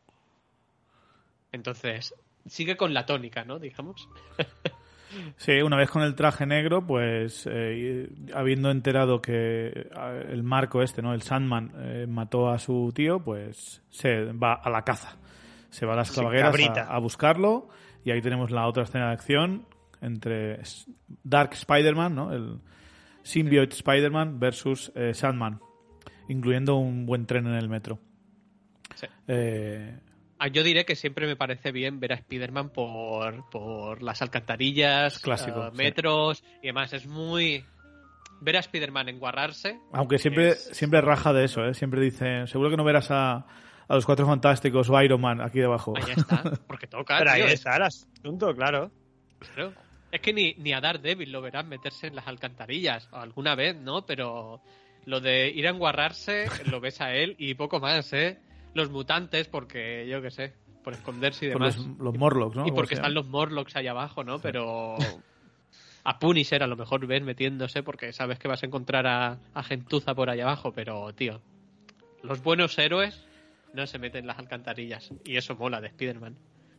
Entonces, sigue con la tónica, ¿no? Digamos. Sí, una vez con el traje negro, pues habiendo enterado que el Marco este, ¿no? El Sandman mató a su tío, pues se va a la caza. Se va a las clavagueras cabrita. a buscarlo, y ahí tenemos la otra escena de acción entre Dark Spider-Man, ¿no? El Symbiote Spider-Man versus Sandman, incluyendo un buen tren en el metro. Sí. Eh, Yo diré que siempre me parece bien ver a Spider-Man por las alcantarillas, Clásico, sí. metros y demás. Es muy... Ver a Spider-Man enguarrarse... Aunque siempre raja de eso, ¿eh? Siempre dice, seguro que no verás a los Cuatro Fantásticos o Iron Man aquí debajo. Ahí está, porque toca, Pero ahí tío, está el asunto, claro. claro. Es que ni a Daredevil lo verán meterse en las alcantarillas. Alguna vez, ¿no? Pero lo de ir a enguarrarse lo ves a él y poco más, ¿eh? Los mutantes, porque yo qué sé, por esconderse y Por demás. los Morlocks, ¿no? Y porque están los Morlocks ahí abajo, ¿no? Pero a Punisher a lo mejor ves metiéndose porque sabes que vas a encontrar a gentuza por ahí abajo, pero, tío, los buenos héroes no se meten en las alcantarillas. Y eso mola de Spider-Man.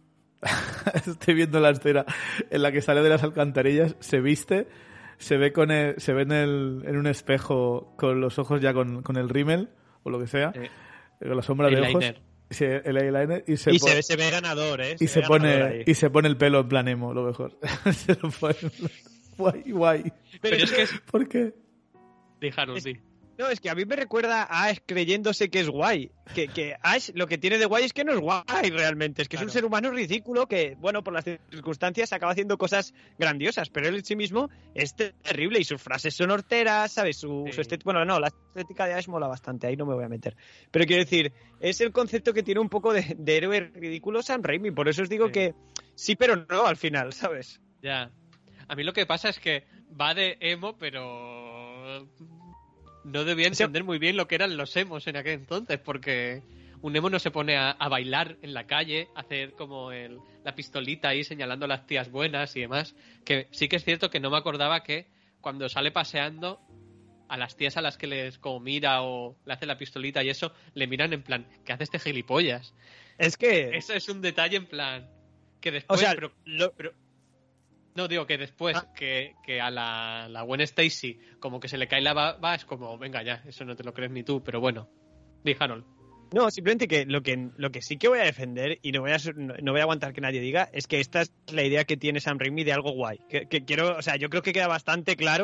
Estoy viendo la escena en la que sale de las alcantarillas, se viste, se ve en un espejo con los ojos ya con el rímel o lo que sea, con la sombra de ojos. Eyeliner. Sí, el eyeliner y se ve ganador, ¿eh? y se ve ganador pone ahí. y se pone el pelo en plan emo, lo mejor. Se lo pone guay. Pero es que ¿Por qué? Dijaron, sí. No, es que a mí me recuerda a Ash creyéndose que es guay. Que Ash lo que tiene de guay es que no es guay realmente. Es que Claro. es un ser humano ridículo que, bueno, por las circunstancias acaba haciendo cosas grandiosas, pero él en sí mismo es terrible y sus frases son horteras, ¿sabes? Su estética... Bueno, no, la estética de Ash mola bastante, ahí no me voy a meter. Pero quiero decir, es el concepto que tiene un poco de héroe ridículo Sam Raimi. Por eso os digo Sí. que sí, pero no al final, ¿sabes? Ya. A mí lo que pasa es que va de emo, pero no debía entender muy bien lo que eran los emos en aquel entonces, porque un emo no se pone a bailar en la calle, a hacer como la pistolita ahí señalando a las tías buenas y demás. Que sí que es cierto que no me acordaba que cuando sale paseando, a las tías a las que les como mira o le hace la pistolita y eso, le miran en plan, ¿qué hace este gilipollas? Es que... Eso es un detalle en plan que después... O sea, pero no, digo que después que a la Gwen Stacy como que se le cae la baba, es como, venga ya, eso no te lo crees ni tú, pero bueno. Di Harold. No, simplemente que lo que sí que voy a defender y no voy a aguantar que nadie diga es que esta es la idea que tiene Sam Raimi de algo guay. Que quiero, o sea, yo creo que queda bastante claro,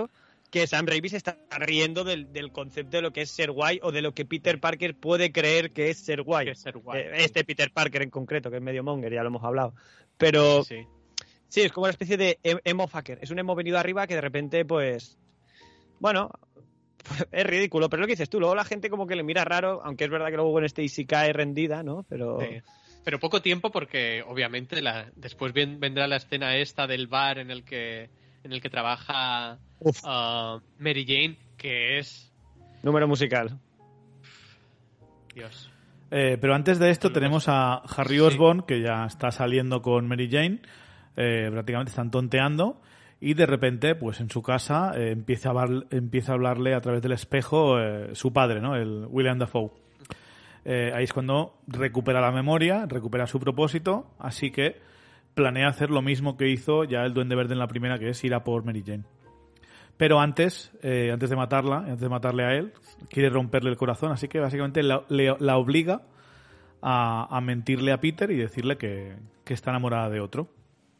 que Sam Raimi se está riendo del concepto de lo que es ser guay o de lo que Peter Parker puede creer que es ser guay. Que es ser guay, Este Peter Parker en concreto, que es medio monger, ya lo hemos hablado. Pero sí, es como una especie de emo fucker. Es un emo venido arriba que de repente, pues... Bueno, es ridículo, pero es lo que dices tú. Luego la gente como que le mira raro, aunque es verdad que luego con Stacy cae rendida, ¿no? Pero... Sí. Pero poco tiempo porque, obviamente, después vendrá la escena esta del bar en el que trabaja Mary Jane, que es... Número musical. Dios. Pero antes de esto tenemos a Harry Osborn, que ya está saliendo con Mary Jane. Prácticamente están tonteando. Y de repente, pues en su casa, empieza a hablarle a través del espejo su padre, ¿no? El William Dafoe. Ahí es cuando recupera la memoria, recupera su propósito, así que planea hacer lo mismo que hizo ya el Duende Verde en la primera, que es ir a por Mary Jane. Pero antes de matarle a él, quiere romperle el corazón, así que básicamente la obliga a mentirle a Peter y decirle que está enamorada de otro.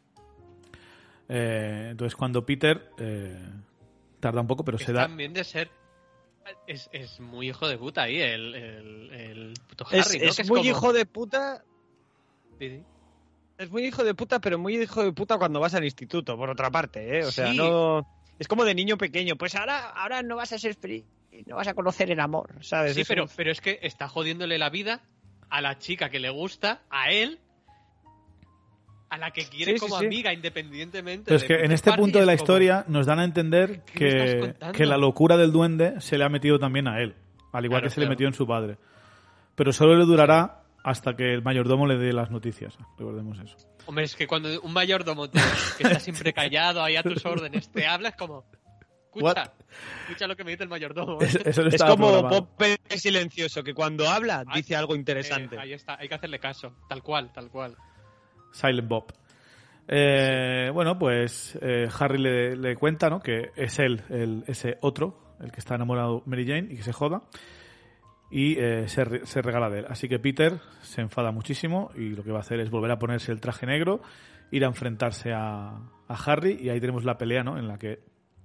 Entonces cuando Peter tarda un poco, pero se da... También de ser... Es muy hijo de puta ahí el puto Harry, ¿no? Es muy como... hijo de puta... Sí. Es muy hijo de puta, pero muy hijo de puta cuando vas al instituto, por otra parte, ¿eh? O sea, sí. no... Es como de niño pequeño. Pues ahora no vas a ser feliz, no vas a conocer el amor, ¿sabes? Sí, pero es que está jodiéndole la vida a la chica que le gusta, a él, a la que quiere como amiga, independientemente. Pero es que en este punto de la historia nos dan a entender que la locura del duende se le ha metido también a él, al igual que se le metió en su padre. Pero solo le durará hasta que el mayordomo le dé las noticias. Recordemos eso. Hombre, es que cuando un mayordomo que está siempre callado ahí a tus órdenes te habla, es como... Escucha lo que me dice el mayordomo. Eso no es como programado. Bob silencioso, que cuando habla dice algo interesante. Ahí está, hay que hacerle caso. Tal cual. Silent Bob. Bueno, pues Harry le cuenta, ¿no? Que es él, ese otro, el que está enamorado de Mary Jane y que se joda. Y se regala de él. Así que Peter se enfada muchísimo y lo que va a hacer es volver a ponerse el traje negro, ir a enfrentarse a Harry, y ahí tenemos la pelea, ¿no? En la que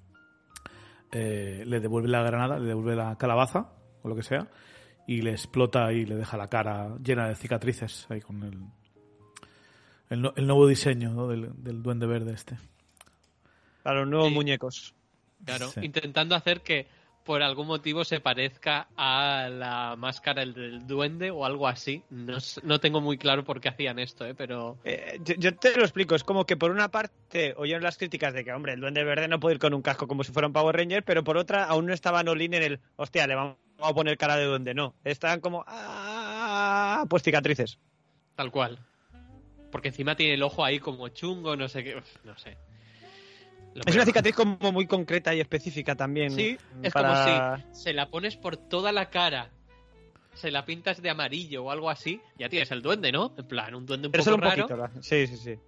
le devuelve la granada, le devuelve la calabaza o lo que sea, y le explota y le deja la cara llena de cicatrices ahí con el nuevo diseño, ¿no? del Duende Verde este. Claro, nuevos muñecos. Claro, Sí. intentando hacer que por algún motivo se parezca a la máscara del duende o algo así. No tengo muy claro por qué hacían esto, pero... Yo te lo explico. Es como que por una parte oyeron las críticas de que, hombre, el Duende Verde no puede ir con un casco como si fuera un Power Ranger, pero por otra aún no estaban all-in en el, hostia, le vamos a poner cara de duende. No, estaban como, pues cicatrices. Tal cual. Porque encima tiene el ojo ahí como chungo, no sé qué, no sé. Es una cicatriz como muy concreta y específica también. Sí, es como si se la pones por toda la cara, se la pintas de amarillo o algo así, ya tienes el duende, ¿no? En plan, un duende un pero poco solo un raro. poquito, sí.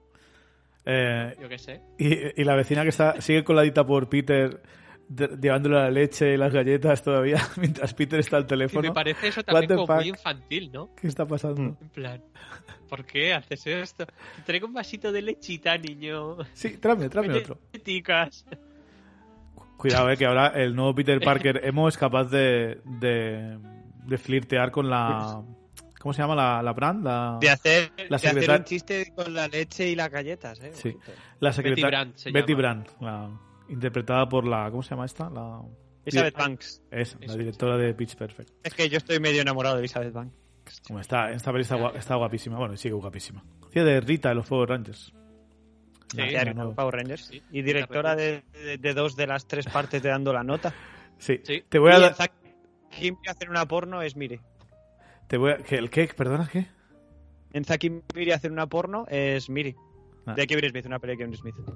Yo qué sé. Y la vecina que sigue coladita por Peter, llevándole la leche y las galletas todavía, mientras Peter está al teléfono. Y me parece eso también como muy infantil, ¿no? ¿Qué está pasando? En plan, ¿por qué haces esto? Te traigo un vasito de lechita, niño. Sí, tráeme otro. Ticas. Cuidado, que ahora el nuevo Peter Parker emo es capaz de flirtear con la... ¿Cómo se llama la Brand? De hacer un chiste con la leche y las galletas, ¿eh? Sí. La secretaria Betty Brand, interpretada por la... ¿Cómo se llama esta? Elizabeth Banks. La directora de Pitch Perfect. Es que yo estoy medio enamorado de Elizabeth Banks. Como esta peli está guapísima. Bueno, sigue guapísima. Hacía de Rita de los Power Rangers. Sí, Power Rangers. Sí. Y directora de 2 de las 3 partes de Dando la Nota. Sí. Sí. Te voy a dar... ¿Quién quiere hacer una porno? Es Mire. ¿El qué? ¿Perdona? ¿Qué? En Zack y Miri hacer una porno es Miri. De Kevin Smith, una peli de Kevin Smith.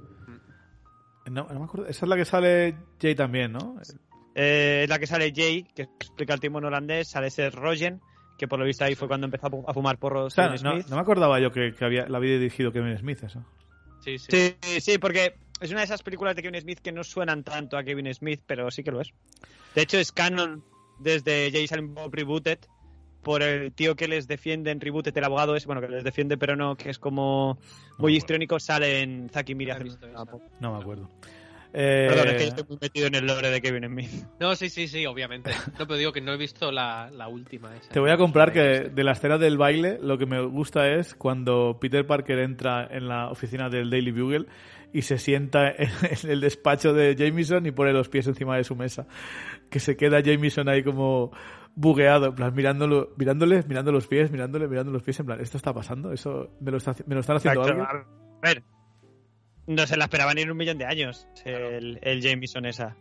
No me acuerdo. Esa es la que sale Jay también, ¿no? Es la que sale Jay, que explica el timón holandés, sale Seth Rogen, que por lo visto ahí fue cuando empezó a fumar porros. O sea, no me acordaba yo que la había dirigido Kevin Smith, eso. Sí, porque es una de esas películas de Kevin Smith que no suenan tanto a Kevin Smith, pero sí que lo es. De hecho, es canon desde Jay Silent Bob Rebooted, por el tío que les defiende en Rebooted, el abogado es, bueno, que les defiende, pero no, que es como muy histriónico, sale en Zack y Miri. No me acuerdo. Perdón, es que yo estoy muy metido en el lore de Kevin Smith. No, sí, obviamente. No, pero digo que no he visto la última. Esa. Te voy a comprar que de la escena del baile lo que me gusta es cuando Peter Parker entra en la oficina del Daily Bugle y se sienta en el despacho de Jameson y pone los pies encima de su mesa. Que se queda Jameson ahí como bugueado, en plan, mirando los pies, mirando los pies, en plan, ¿esto está pasando? ¿Eso me lo están haciendo Exacto. algo? A ver, no se la esperaban ni en 1.000.000 de años, el Jameson esa.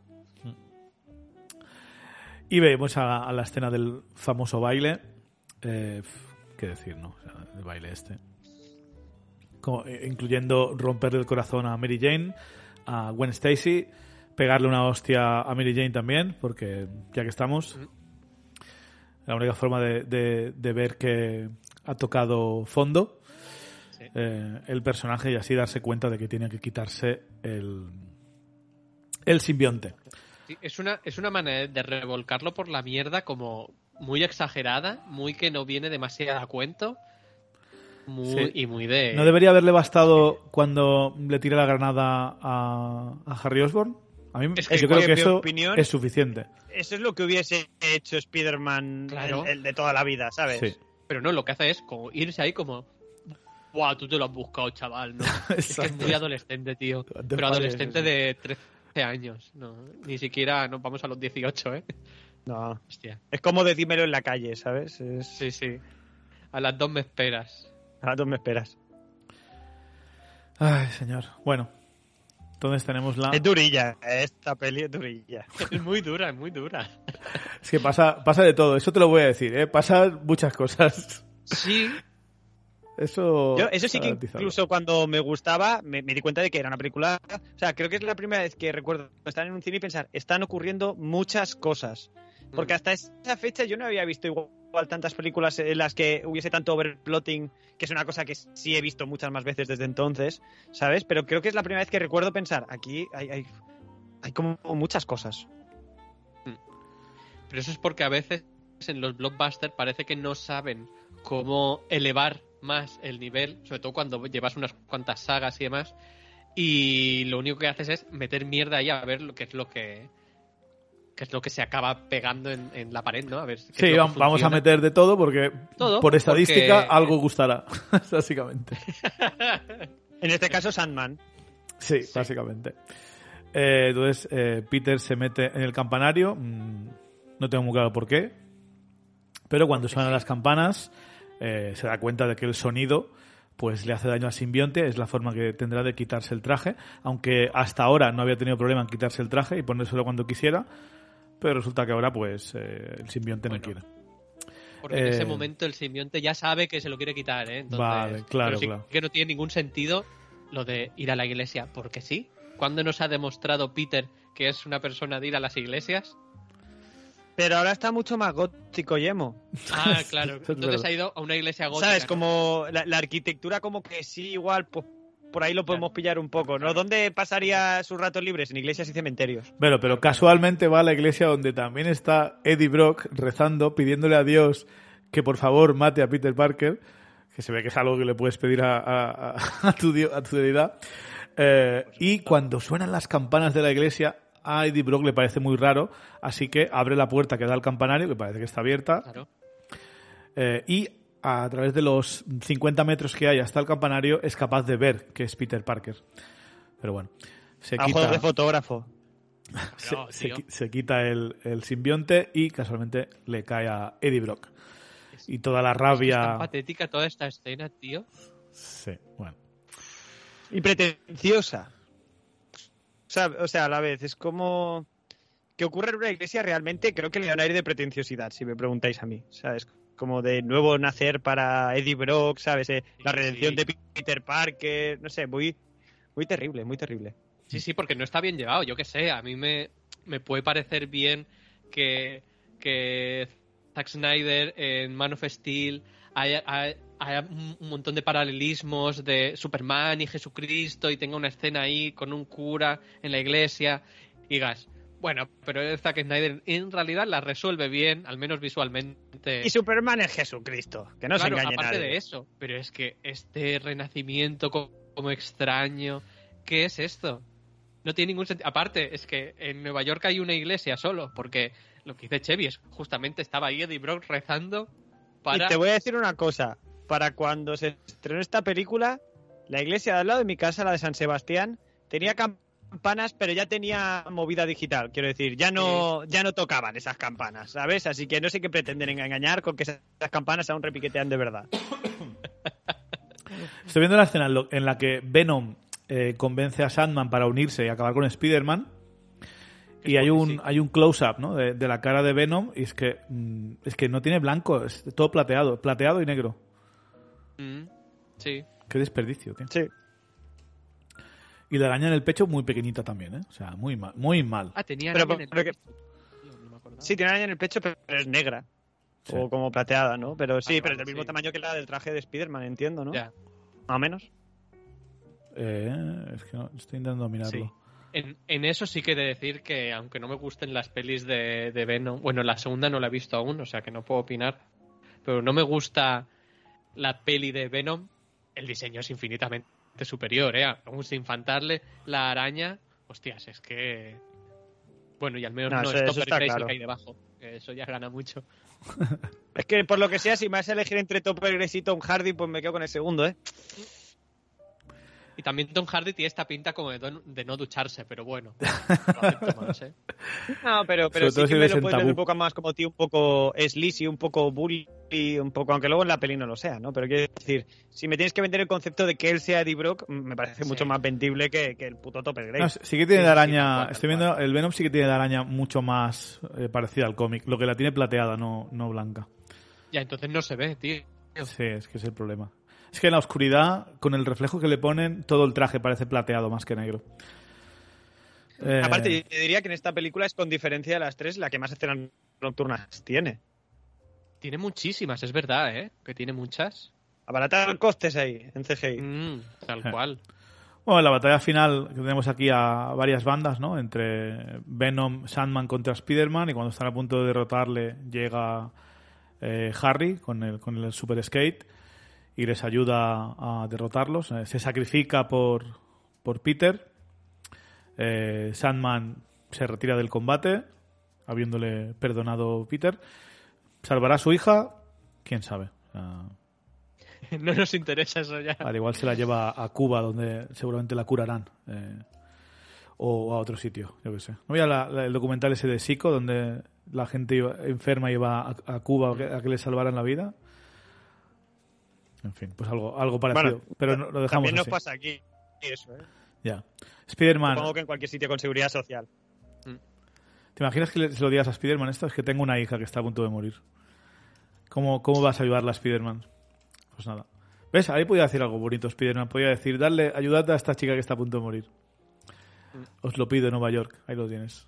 Y vemos a la escena del famoso baile. ¿Qué decir, no? O sea, el baile este. Incluyendo romperle el corazón a Mary Jane, a Gwen Stacy, pegarle una hostia a Mary Jane también, porque ya que estamos, la única forma de ver que ha tocado fondo el personaje y así darse cuenta de que tiene que quitarse el simbionte. Sí, es una manera de revolcarlo por la mierda como muy exagerada, muy que no viene demasiado a cuento. Y muy de... ¿No debería haberle bastado cuando le tira la granada a Harry Osborn? A mí yo creo que eso opinión, es suficiente. Eso es lo que hubiese hecho Spider-Man, claro. el de toda la vida, ¿sabes? Sí. Pero no, lo que hace es como irse ahí como... ¡Buah, tú te lo has buscado, chaval! ¿no? Es que es muy adolescente, tío. Pero adolescente de 13 años. No, ni siquiera nos vamos a los 18, ¿eh? No. Hostia. Es como decímelo en la calle, ¿sabes? Sí. A las 2 me esperas. A las 2 me esperas. Ay, señor. Bueno, entonces tenemos la... Es durilla, esta peli es durilla. Es muy dura, es muy dura. Es que pasa de todo, eso te lo voy a decir, ¿eh? Pasan muchas cosas. Sí. Eso sí que incluso cuando me gustaba, me di cuenta de que era una película... O sea, creo que es la primera vez que recuerdo estar en un cine y pensar, están ocurriendo muchas cosas. Porque hasta esa fecha yo no había visto igual tantas películas en las que hubiese tanto overplotting, que es una cosa que sí he visto muchas más veces desde entonces, ¿sabes? Pero creo que es la primera vez que recuerdo pensar, aquí hay como muchas cosas. Pero eso es porque a veces en los blockbusters parece que no saben cómo elevar más el nivel, sobre todo cuando llevas unas cuantas sagas y demás, y lo único que haces es meter mierda ahí a ver lo que es lo que se acaba pegando en la pared, ¿no? A ver. Sí, vamos a meter de todo porque por estadística algo gustará, básicamente. En este caso Sandman. Sí, básicamente. Entonces Peter se mete en el campanario, no tengo muy claro por qué, pero cuando suenan las campanas se da cuenta de que el sonido pues le hace daño al simbionte, es la forma que tendrá de quitarse el traje, aunque hasta ahora no había tenido problema en quitarse el traje y ponérselo cuando quisiera. Pero resulta que ahora, pues, el simbionte no quiere. Porque en ese momento el simbionte ya sabe que se lo quiere quitar, ¿eh? Entonces, vale, claro, pero sí que no tiene ningún sentido lo de ir a la iglesia. Porque sí. ¿Cuándo nos ha demostrado Peter que es una persona de ir a las iglesias? Pero ahora está mucho más gótico, Yemo. Ah, claro. Entonces ha ido a una iglesia gótica. ¿Sabes? Como la arquitectura como que sí, igual, pues por ahí lo podemos pillar un poco, ¿no? ¿Dónde pasaría sus ratos libres? En iglesias y cementerios. Bueno, pero casualmente va a la iglesia donde también está Eddie Brock rezando, pidiéndole a Dios que por favor mate a Peter Parker, que se ve que es algo que le puedes pedir a tu deidad. Y cuando suenan las campanas de la iglesia, a Eddie Brock le parece muy raro, así que abre la puerta que da al campanario, que parece que está abierta, claro. Y a través de los 50 metros que hay hasta el campanario es capaz de ver que es Peter Parker. Pero bueno, se quita... Ojo de fotógrafo. Se quita el simbionte y casualmente le cae a Eddie Brock. Y toda la rabia... Es tan patética toda esta escena, tío. Sí, bueno. Y pretenciosa. O sea, a la vez, es como... que ocurre en una iglesia realmente creo que le da un aire de pretenciosidad, si me preguntáis a mí, ¿sabes? Como de nuevo nacer para Eddie Brock, ¿sabes? La redención de Peter Parker, no sé, muy terrible, muy terrible. Sí, porque no está bien llevado, yo qué sé, a mí me puede parecer bien que Zack Snyder en Man of Steel haya un montón de paralelismos de Superman y Jesucristo y tenga una escena ahí con un cura en la iglesia y digas... Bueno, pero Zack Snyder en realidad la resuelve bien, al menos visualmente. Y Superman es Jesucristo, que no se engañe aparte nadie. De eso, pero es que este renacimiento como extraño, ¿qué es esto? No tiene ningún sentido. Aparte, es que en Nueva York hay una iglesia solo, porque lo que dice Chevy es justamente estaba ahí Eddie Brock rezando para... Y te voy a decir una cosa. Para cuando se estrenó esta película, la iglesia de al lado de mi casa, la de San Sebastián, tenía campanas, pero ya tenía movida digital. Quiero decir, ya no tocaban esas campanas, ¿sabes? Así que no sé qué pretenden engañar con que esas campanas aún repiquetean de verdad. Estoy viendo la escena en la que Venom convence a Sandman para unirse y acabar con Spider-Man. Y hay un close-up, ¿no? de la cara de Venom, y es que no tiene blanco, es todo plateado y negro. Sí. Qué desperdicio, tío. Sí. Y la araña en el pecho muy pequeñita también, ¿eh? O sea, muy mal, muy mal. Ah, tenía Pero, araña en el pero que- pecho. Tío, no me acordaba. Sí, tiene araña en el pecho, pero es negra. Sí. O como plateada, ¿no? Pero sí, Vale, pero es del mismo sí. tamaño que la del traje de Spider-Man, entiendo, ¿no? Ya. Más o menos. Es que no, estoy intentando mirarlo. Sí. En eso sí que he de decir que, aunque no me gusten las pelis de Venom, bueno, la segunda no la he visto aún, o sea que no puedo opinar, pero no me gusta la peli de Venom, el diseño es infinitamente superior, ¿eh? Aún sin faltarle la araña, hostias, es que... Bueno, y al menos No, no eso es está Topper Grace claro. lo que hay debajo, que eso ya gana mucho. Es que por lo que sea, si me vas a elegir entre Topper Grace y Tom Hardy, pues me quedo con el segundo, ¿eh? Y también Tom Hardy tiene esta pinta como de no ducharse, pero bueno, lo acepto más, ¿eh? No, pero Sobre sí todo que si me ves lo en puedes ver Tabú. un poco más como tío, un poco sleazy, un poco bully, un poco, aunque luego en la peli no lo sea, ¿no? Pero quiero decir, si me tienes que vender el concepto de que él sea Eddie Brock, me parece Sí. mucho más vendible que el puto Topper Grace. No, sí que tiene Sí, la sí, araña. tal cual, Estoy tal viendo el Venom sí que tiene la araña mucho más parecida al cómic. Lo que la tiene plateada, no blanca. Ya, entonces no se ve, tío. Sí, es que es el problema. Es que en la oscuridad, con el reflejo que le ponen, todo el traje parece plateado más que negro. Aparte, yo diría que en esta película es con diferencia de las tres la que más escenas nocturnas tiene. Tiene muchísimas, es verdad, ¿eh? Que tiene muchas. Abaratar costes ahí, en CGI. Tal cual. Bueno, en la batalla final que tenemos aquí a varias bandas, ¿no? Entre Venom, Sandman contra Spider-Man, y cuando están a punto de derrotarle llega Harry con el Super Skate y les ayuda a derrotarlos. Se sacrifica por Peter. Sandman se retira del combate, habiéndole perdonado Peter. ¿Salvará a su hija? ¿Quién sabe? No nos interesa eso ya. Al igual se la lleva a Cuba, donde seguramente la curarán. O a otro sitio, yo qué sé. ¿No había el documental ese de Zico, donde la gente enferma iba a Cuba a que le salvaran la vida? En fin, pues algo parecido. Bueno, pero lo dejamos también nos así. pasa aquí eso, ¿eh? Ya. Spider-Man. Supongo que en cualquier sitio con seguridad social. ¿Te imaginas que se lo digas a Spider-Man esto? Es que tengo una hija que está a punto de morir. ¿Cómo vas a ayudarla a Spider-Man? Pues nada. ¿Ves? Ahí podía decir algo bonito Spider-Man. Podía decir, ayudad a esta chica que está a punto de morir. Os lo pido en Nueva York. Ahí lo tienes.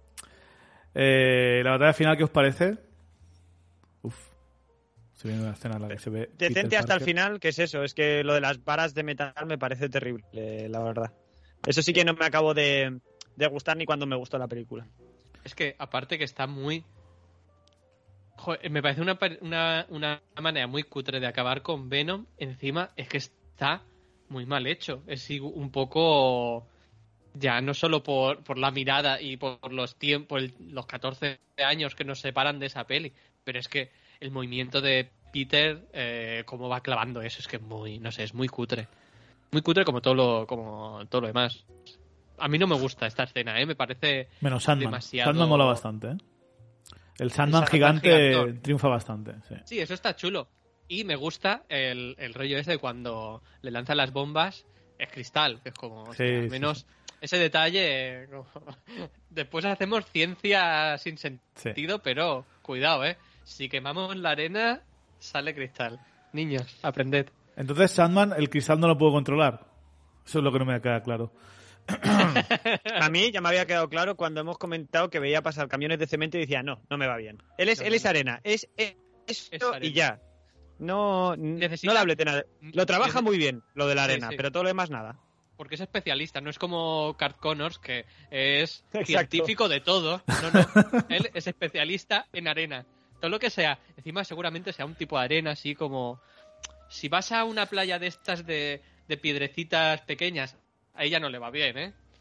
La batalla final, ¿qué os parece? Uf. Se viene una escena en la que se ve Decente Peter hasta el Parker. final, que es eso. Es que lo de las varas de metal me parece terrible, la verdad. Eso sí que no me acabo de gustar ni cuando me gustó la película. Es que, aparte que está muy... Joder, me parece una manera muy cutre de acabar con Venom. Encima, es que está muy mal hecho. Es un poco... Ya, no solo por la mirada y por los tiempos, los 14 años que nos separan de esa peli, pero es que el movimiento de Peter, cómo va clavando eso, es que es muy, no sé, es muy cutre. Muy cutre como todo lo demás. A mí no me gusta esta escena, me parece Menos Sandman. demasiado... Sandman mola bastante, ¿eh? El Sandman Sandman gigante gigantón. triunfa bastante, sí. Sí, eso está chulo. Y me gusta el rollo ese de cuando le lanzan las bombas, es cristal, que es como, hostia, Sí, al sí, menos sí. ese detalle... Después hacemos ciencia sin sentido, pero cuidado, si quemamos la arena, sale cristal. Niños, aprended. Entonces Sandman, el cristal no lo puedo controlar. Eso es lo que no me queda claro. A mí ya me había quedado claro cuando hemos comentado que veía pasar camiones de cemento y decía, no me va bien. Él es arena, es esto arena. y ya. No Necesita- le hable de nada. Lo trabaja muy bien, lo de la Sí, arena, sí. pero todo lo demás nada. Porque es especialista, no es como Cart Connors, que es Exacto. científico de todo. No. Él es especialista en arena. Todo lo que sea. Encima seguramente sea un tipo de arena así como... Si vas a una playa de estas de piedrecitas pequeñas, a ella no le va bien,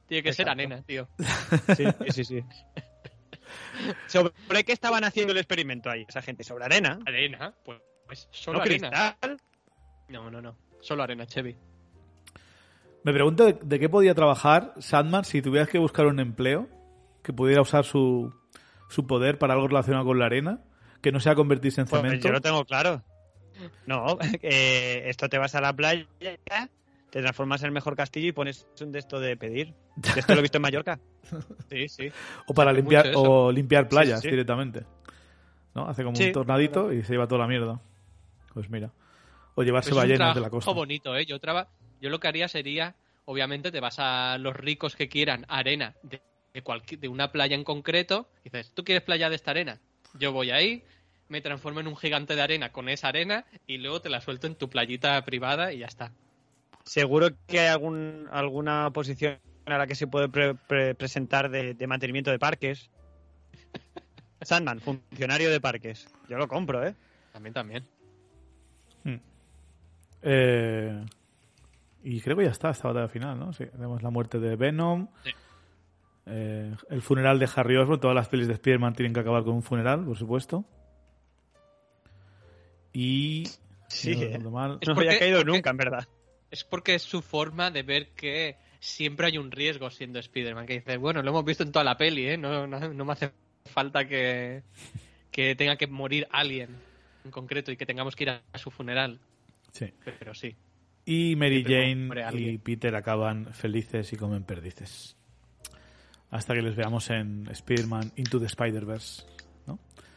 Tiene que ser Exacto. arena, tío. Sí. ¿Sobre qué estaban haciendo el experimento ahí? Esa gente, sobre arena. Arena, pues solo ¿No arena. cristal? No. Solo arena, Chevy. Me pregunto de qué podía trabajar Sandman si tuvieras que buscar un empleo que pudiera usar su poder para algo relacionado con la arena, que no sea convertirse en Pues cemento. yo lo tengo claro. No, esto te vas a la playa, te transformas en el mejor castillo y pones un de esto de pedir. Esto lo he visto en Mallorca. Sí. O para hace limpiar mucho eso. o limpiar playas Sí. directamente. ¿No? Hace como Sí, un tornadito claro. y se lleva toda la mierda. Pues mira. O llevarse Pues es un ballenas de la trabajo costa. bonito, ¿eh? Yo lo que haría sería, obviamente, te vas a los ricos que quieran arena de una playa en concreto. Y dices, ¿tú quieres playa de esta arena? Yo voy ahí, me transformo en un gigante de arena con esa arena y luego te la suelto en tu playita privada y ya está. Seguro que hay alguna posición a la que se puede presentar de mantenimiento de parques. Sandman, funcionario de parques. Yo lo compro, ¿eh? También. Y creo que ya está esta batalla final, ¿no? Sí, tenemos la muerte de Venom. Sí. El funeral de Harry Osborn. Todas las pelis de Spider-Man tienen que acabar con un funeral, por supuesto. Y... Sí, si no recuerdo mal, no había caído nunca, en verdad. Es porque es su forma de ver que siempre hay un riesgo siendo Spider-Man. Que dice, bueno, lo hemos visto en toda la peli, ¿eh? No me hace falta que tenga que morir alguien en concreto y que tengamos que ir a su funeral. sí. Pero sí. Y Mary Siempre muere Jane y alguien. Peter acaban felices y comen perdices. Hasta que les veamos en Spider-Man Into the Spider-Verse, ¿no?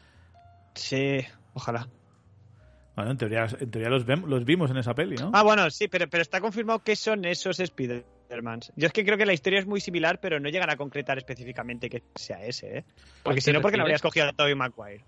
Sí, ojalá. Bueno, en teoría los vimos en esa peli, ¿no? Ah, bueno, sí, pero está confirmado que son esos Spider-Mans. Yo es que creo que la historia es muy similar, pero no llegan a concretar específicamente que sea ese, ¿eh? Porque si no, ¿por qué no habrías cogido a Tobey Maguire?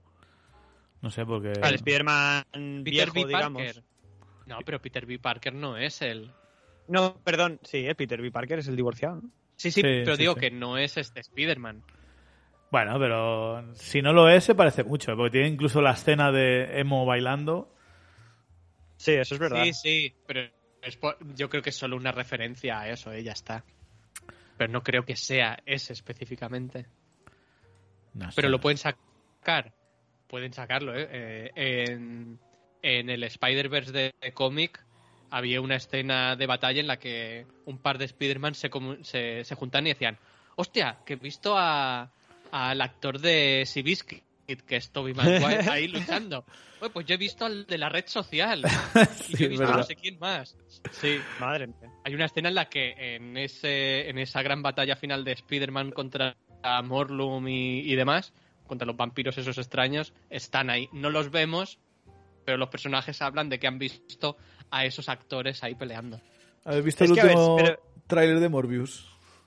No sé, porque... Al Spider-Man Peter viejo, B. digamos. Parker. No, pero Peter B. Parker no es él. No, perdón, sí, Peter B. Parker es el divorciado, ¿no? Sí, Sí, pero sí, digo sí. que no es este Spider-Man. Bueno, pero si no lo es, se parece mucho, porque tiene incluso la escena de Emo bailando. Sí, eso es verdad. Sí, pero yo creo que es solo una referencia a eso, ya está. Pero no creo que sea ese específicamente. No sé. Pero lo pueden sacar. Pueden sacarlo, ¿eh? En el Spider-Verse de cómic había una escena de batalla en la que un par de Spider-Man se juntan y decían, hostia, que he visto al actor de Seabiscuit, que es Tobey Maguire, ahí luchando. Oye, pues yo he visto al de la red social. Y yo he es visto a verdad. no sé quién más. Sí. Madre mía. Hay una escena en la que en esa gran batalla final de Spider-Man contra Morlun y demás, contra los vampiros esos extraños, están ahí. No los vemos, pero los personajes hablan de que han visto a esos actores ahí peleando. ¿Habéis visto Es el que, a ver, último pero- tráiler de Morbius?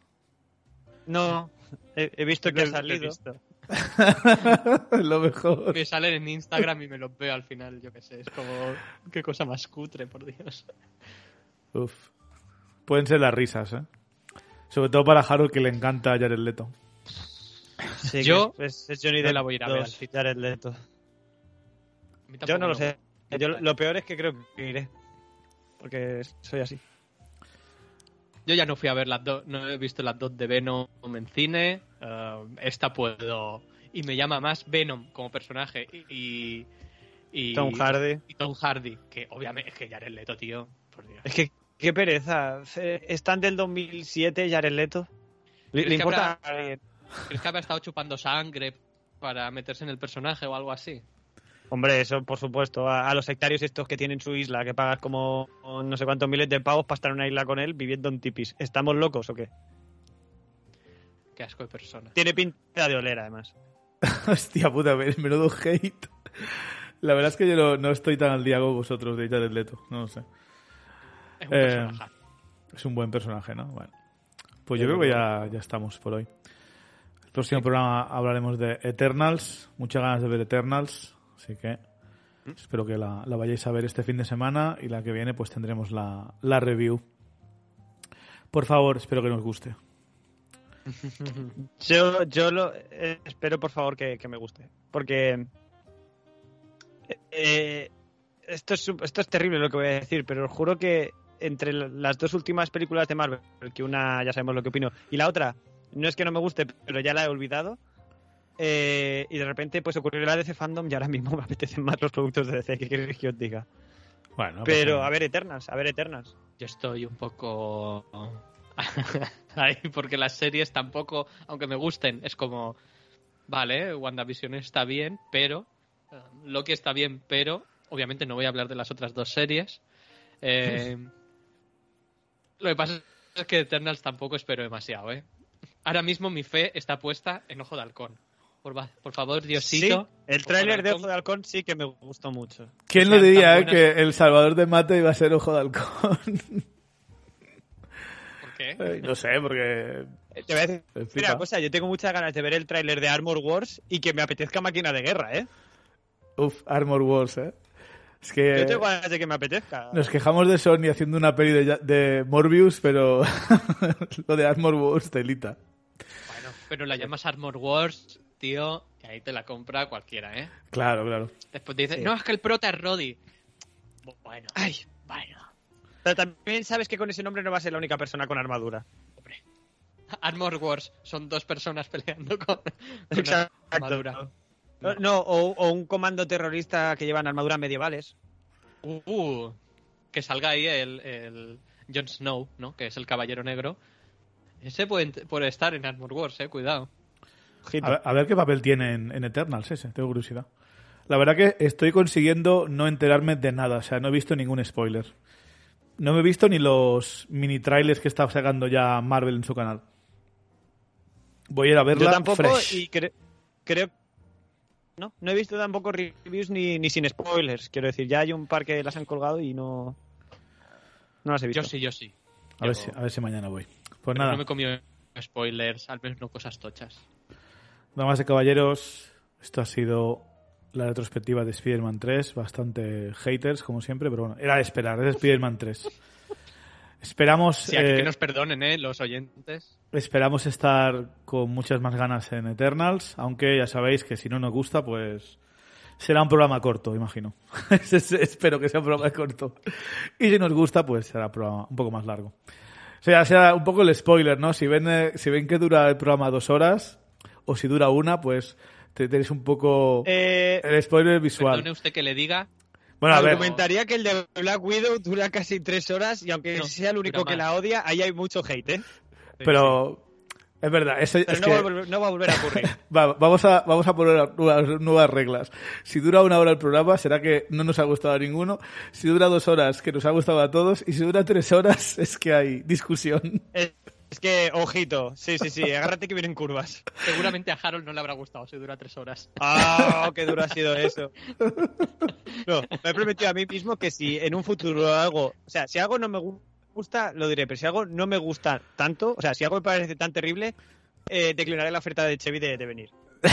No, he visto que ha Lo he salido. visto. Lo mejor. Me salen en Instagram y me los veo al final, yo qué sé. Es como, qué cosa más cutre, por Dios. Uf. Pueden ser las risas, ¿eh? Sobre todo para Harold, que le encanta a Jared Leto. Sí, Yo que es Johnny no Depp la voy a ir a ver al 2, cine. Jared Leto. A mí Yo tampoco no lo me sé. gusta. Yo, lo peor es que creo que iré. Porque soy así. Yo ya no fui a ver las dos, no he visto las dos de Venom en cine. Esta puedo. Y me llama más Venom como personaje y Tom Hardy. Y Tom Hardy, que obviamente es que Jared Leto, tío. Por Dios. Es que, qué pereza. Están del 2007, Jared Leto. ¿Le ¿Crees que importa? ¿Crees que habrá estado chupando sangre para meterse en el personaje o algo así? Hombre, eso por supuesto. A los sectarios estos que tienen su isla, que pagas como no sé cuántos miles de pavos para estar en una isla con él viviendo en tipis. ¿Estamos locos o qué? Qué asco de persona. Tiene pinta de oler, además. Hostia puta, menudo hate. La verdad es que yo no estoy tan al día como vosotros de Jared Leto. No lo sé. Es un personaje. Es un buen personaje, ¿no? Bueno. Pues yo creo que ya estamos por hoy. El próximo programa hablaremos de Eternals. Muchas ganas de ver Eternals. Así que espero que la vayáis a ver este fin de semana. Y la que viene pues tendremos la review. Por favor, espero que nos guste. Yo lo espero, por favor, que me guste. Porque esto es terrible lo que voy a decir, pero os juro que entre las dos últimas películas de Marvel, que una ya sabemos lo que opino, y la otra, no es que no me guste, pero ya la he olvidado, y de repente pues ocurrió la DC Fandom y ahora mismo me apetecen más los productos de DC, ¿qué queréis que os diga? Bueno, Pero pues, a ver Eternals. Yo estoy un poco ahí porque las series tampoco, aunque me gusten, es como, vale, WandaVision está bien, pero Loki está bien, pero obviamente no voy a hablar de las otras dos series. Lo que pasa es que Eternals tampoco espero demasiado, ¿eh? Ahora mismo mi fe está puesta en Ojo de Halcón. Por favor, Diosito. Sí, el tráiler de Ojo de Halcón sí que me gustó mucho. ¿quién lo diría, que el salvador de Mate iba a ser Ojo de Halcón? ¿Por qué? No sé, porque... Te voy a decir flipa. una cosa, yo tengo muchas ganas de ver el tráiler de Armor Wars y que me apetezca Máquina de Guerra, ¿eh? Uf, Armor Wars, ¿eh? Es que... Yo tengo ganas de que me apetezca. Nos quejamos de Sony haciendo una peli de Morbius, pero lo de Armor Wars, telita. Bueno, pero la llamas Armor Wars, tío, y ahí te la compra cualquiera, ¿eh? Claro, claro. Después te dice, Sí. no, es que el prota es Roddy. Bueno, Ay, bueno. pero también sabes que con ese nombre no va a ser la única persona con armadura. Hombre. Armor Wars son dos personas peleando con Exacto. armadura. No, o un comando terrorista que llevan armaduras medievales. Que salga ahí el Jon Snow, ¿no? Que es el caballero negro. Ese puede estar en Armor Wars, cuidado. A ver qué papel tiene en Eternals ese, tengo curiosidad. La verdad que estoy consiguiendo no enterarme de nada, o sea, no he visto ningún spoiler. No me he visto ni los mini trailers que está sacando ya Marvel en su canal. Voy a ir a verla Yo tampoco fresh. y creo... No he visto tampoco reviews ni sin spoilers. Quiero decir, ya hay un par que las han colgado y no las he visto. Yo sí. A ver si mañana voy. Pues Pero nada, no me he comido spoilers, al menos no cosas tochas. damas y caballeros, esto ha sido la retrospectiva de Spider-Man 3. Bastante haters, como siempre, pero bueno, era de esperar, es Spider-Man 3. Esperamos, Sí, aquí que nos perdonen, los oyentes. esperamos estar con muchas más ganas en Eternals, aunque ya sabéis que si no nos gusta, pues será un programa corto, imagino. Espero que sea un programa corto. Y si nos gusta, pues será un programa un poco más largo. O sea, será un poco el spoiler, ¿no? Si ven que dura el programa 2 horas, o si dura una, pues tenéis un poco el spoiler visual. Perdone usted que le diga. Bueno, a ver, Argumentaría que el de Black Widow dura casi 3 horas y aunque No, sea el único dura que más. la odia, ahí hay mucho hate, ¿eh? pero es verdad. Es Pero que no va a volver a ocurrir. vamos a poner nuevas reglas. Si dura una hora el programa, será que no nos ha gustado a ninguno. Si dura 2 horas, que nos ha gustado a todos. Y si dura 3 horas, es que hay discusión. Es que, ojito, sí, agárrate que vienen curvas. Seguramente a Harold no le habrá gustado si dura 3 horas. ¡Ah, qué duro ha sido eso! No, me he prometido a mí mismo que si en un futuro algo... O sea, si algo no me gusta, lo diré, pero si algo no me gusta tanto, o sea, si algo me parece tan terrible, declinaré la oferta de Chevy de venir.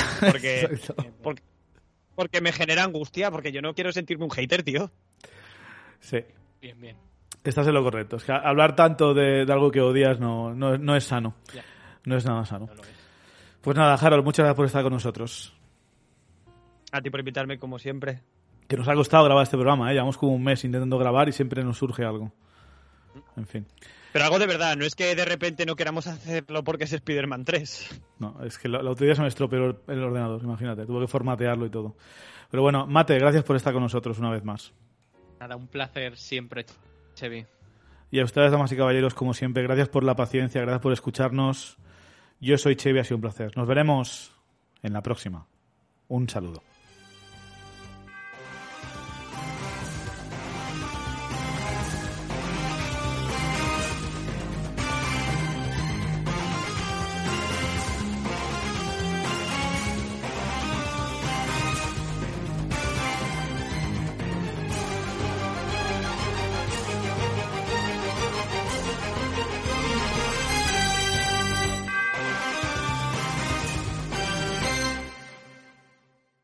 Porque me genera angustia, porque yo no quiero sentirme un hater, tío. Sí. Bien. Estás en lo correcto. Es que hablar tanto de algo que odias no es sano. Ya. No es nada sano. No lo es. Pues nada, Harold, muchas gracias por estar con nosotros. A ti por invitarme, como siempre. Que nos ha costado grabar este programa, ¿eh? Llevamos como un mes intentando grabar y siempre nos surge algo. En fin. Pero algo de verdad, no es que de repente no queramos hacerlo porque es Spider-Man 3. No, es que la autoridad se me estropeó el ordenador, imagínate. Tuve que formatearlo y todo. Pero bueno, Mate, gracias por estar con nosotros una vez más. Nada, un placer siempre, Chevy. Y a ustedes, damas y caballeros, como siempre, gracias por la paciencia, gracias por escucharnos. Yo soy Chevy, ha sido un placer. Nos veremos en la próxima. Un saludo.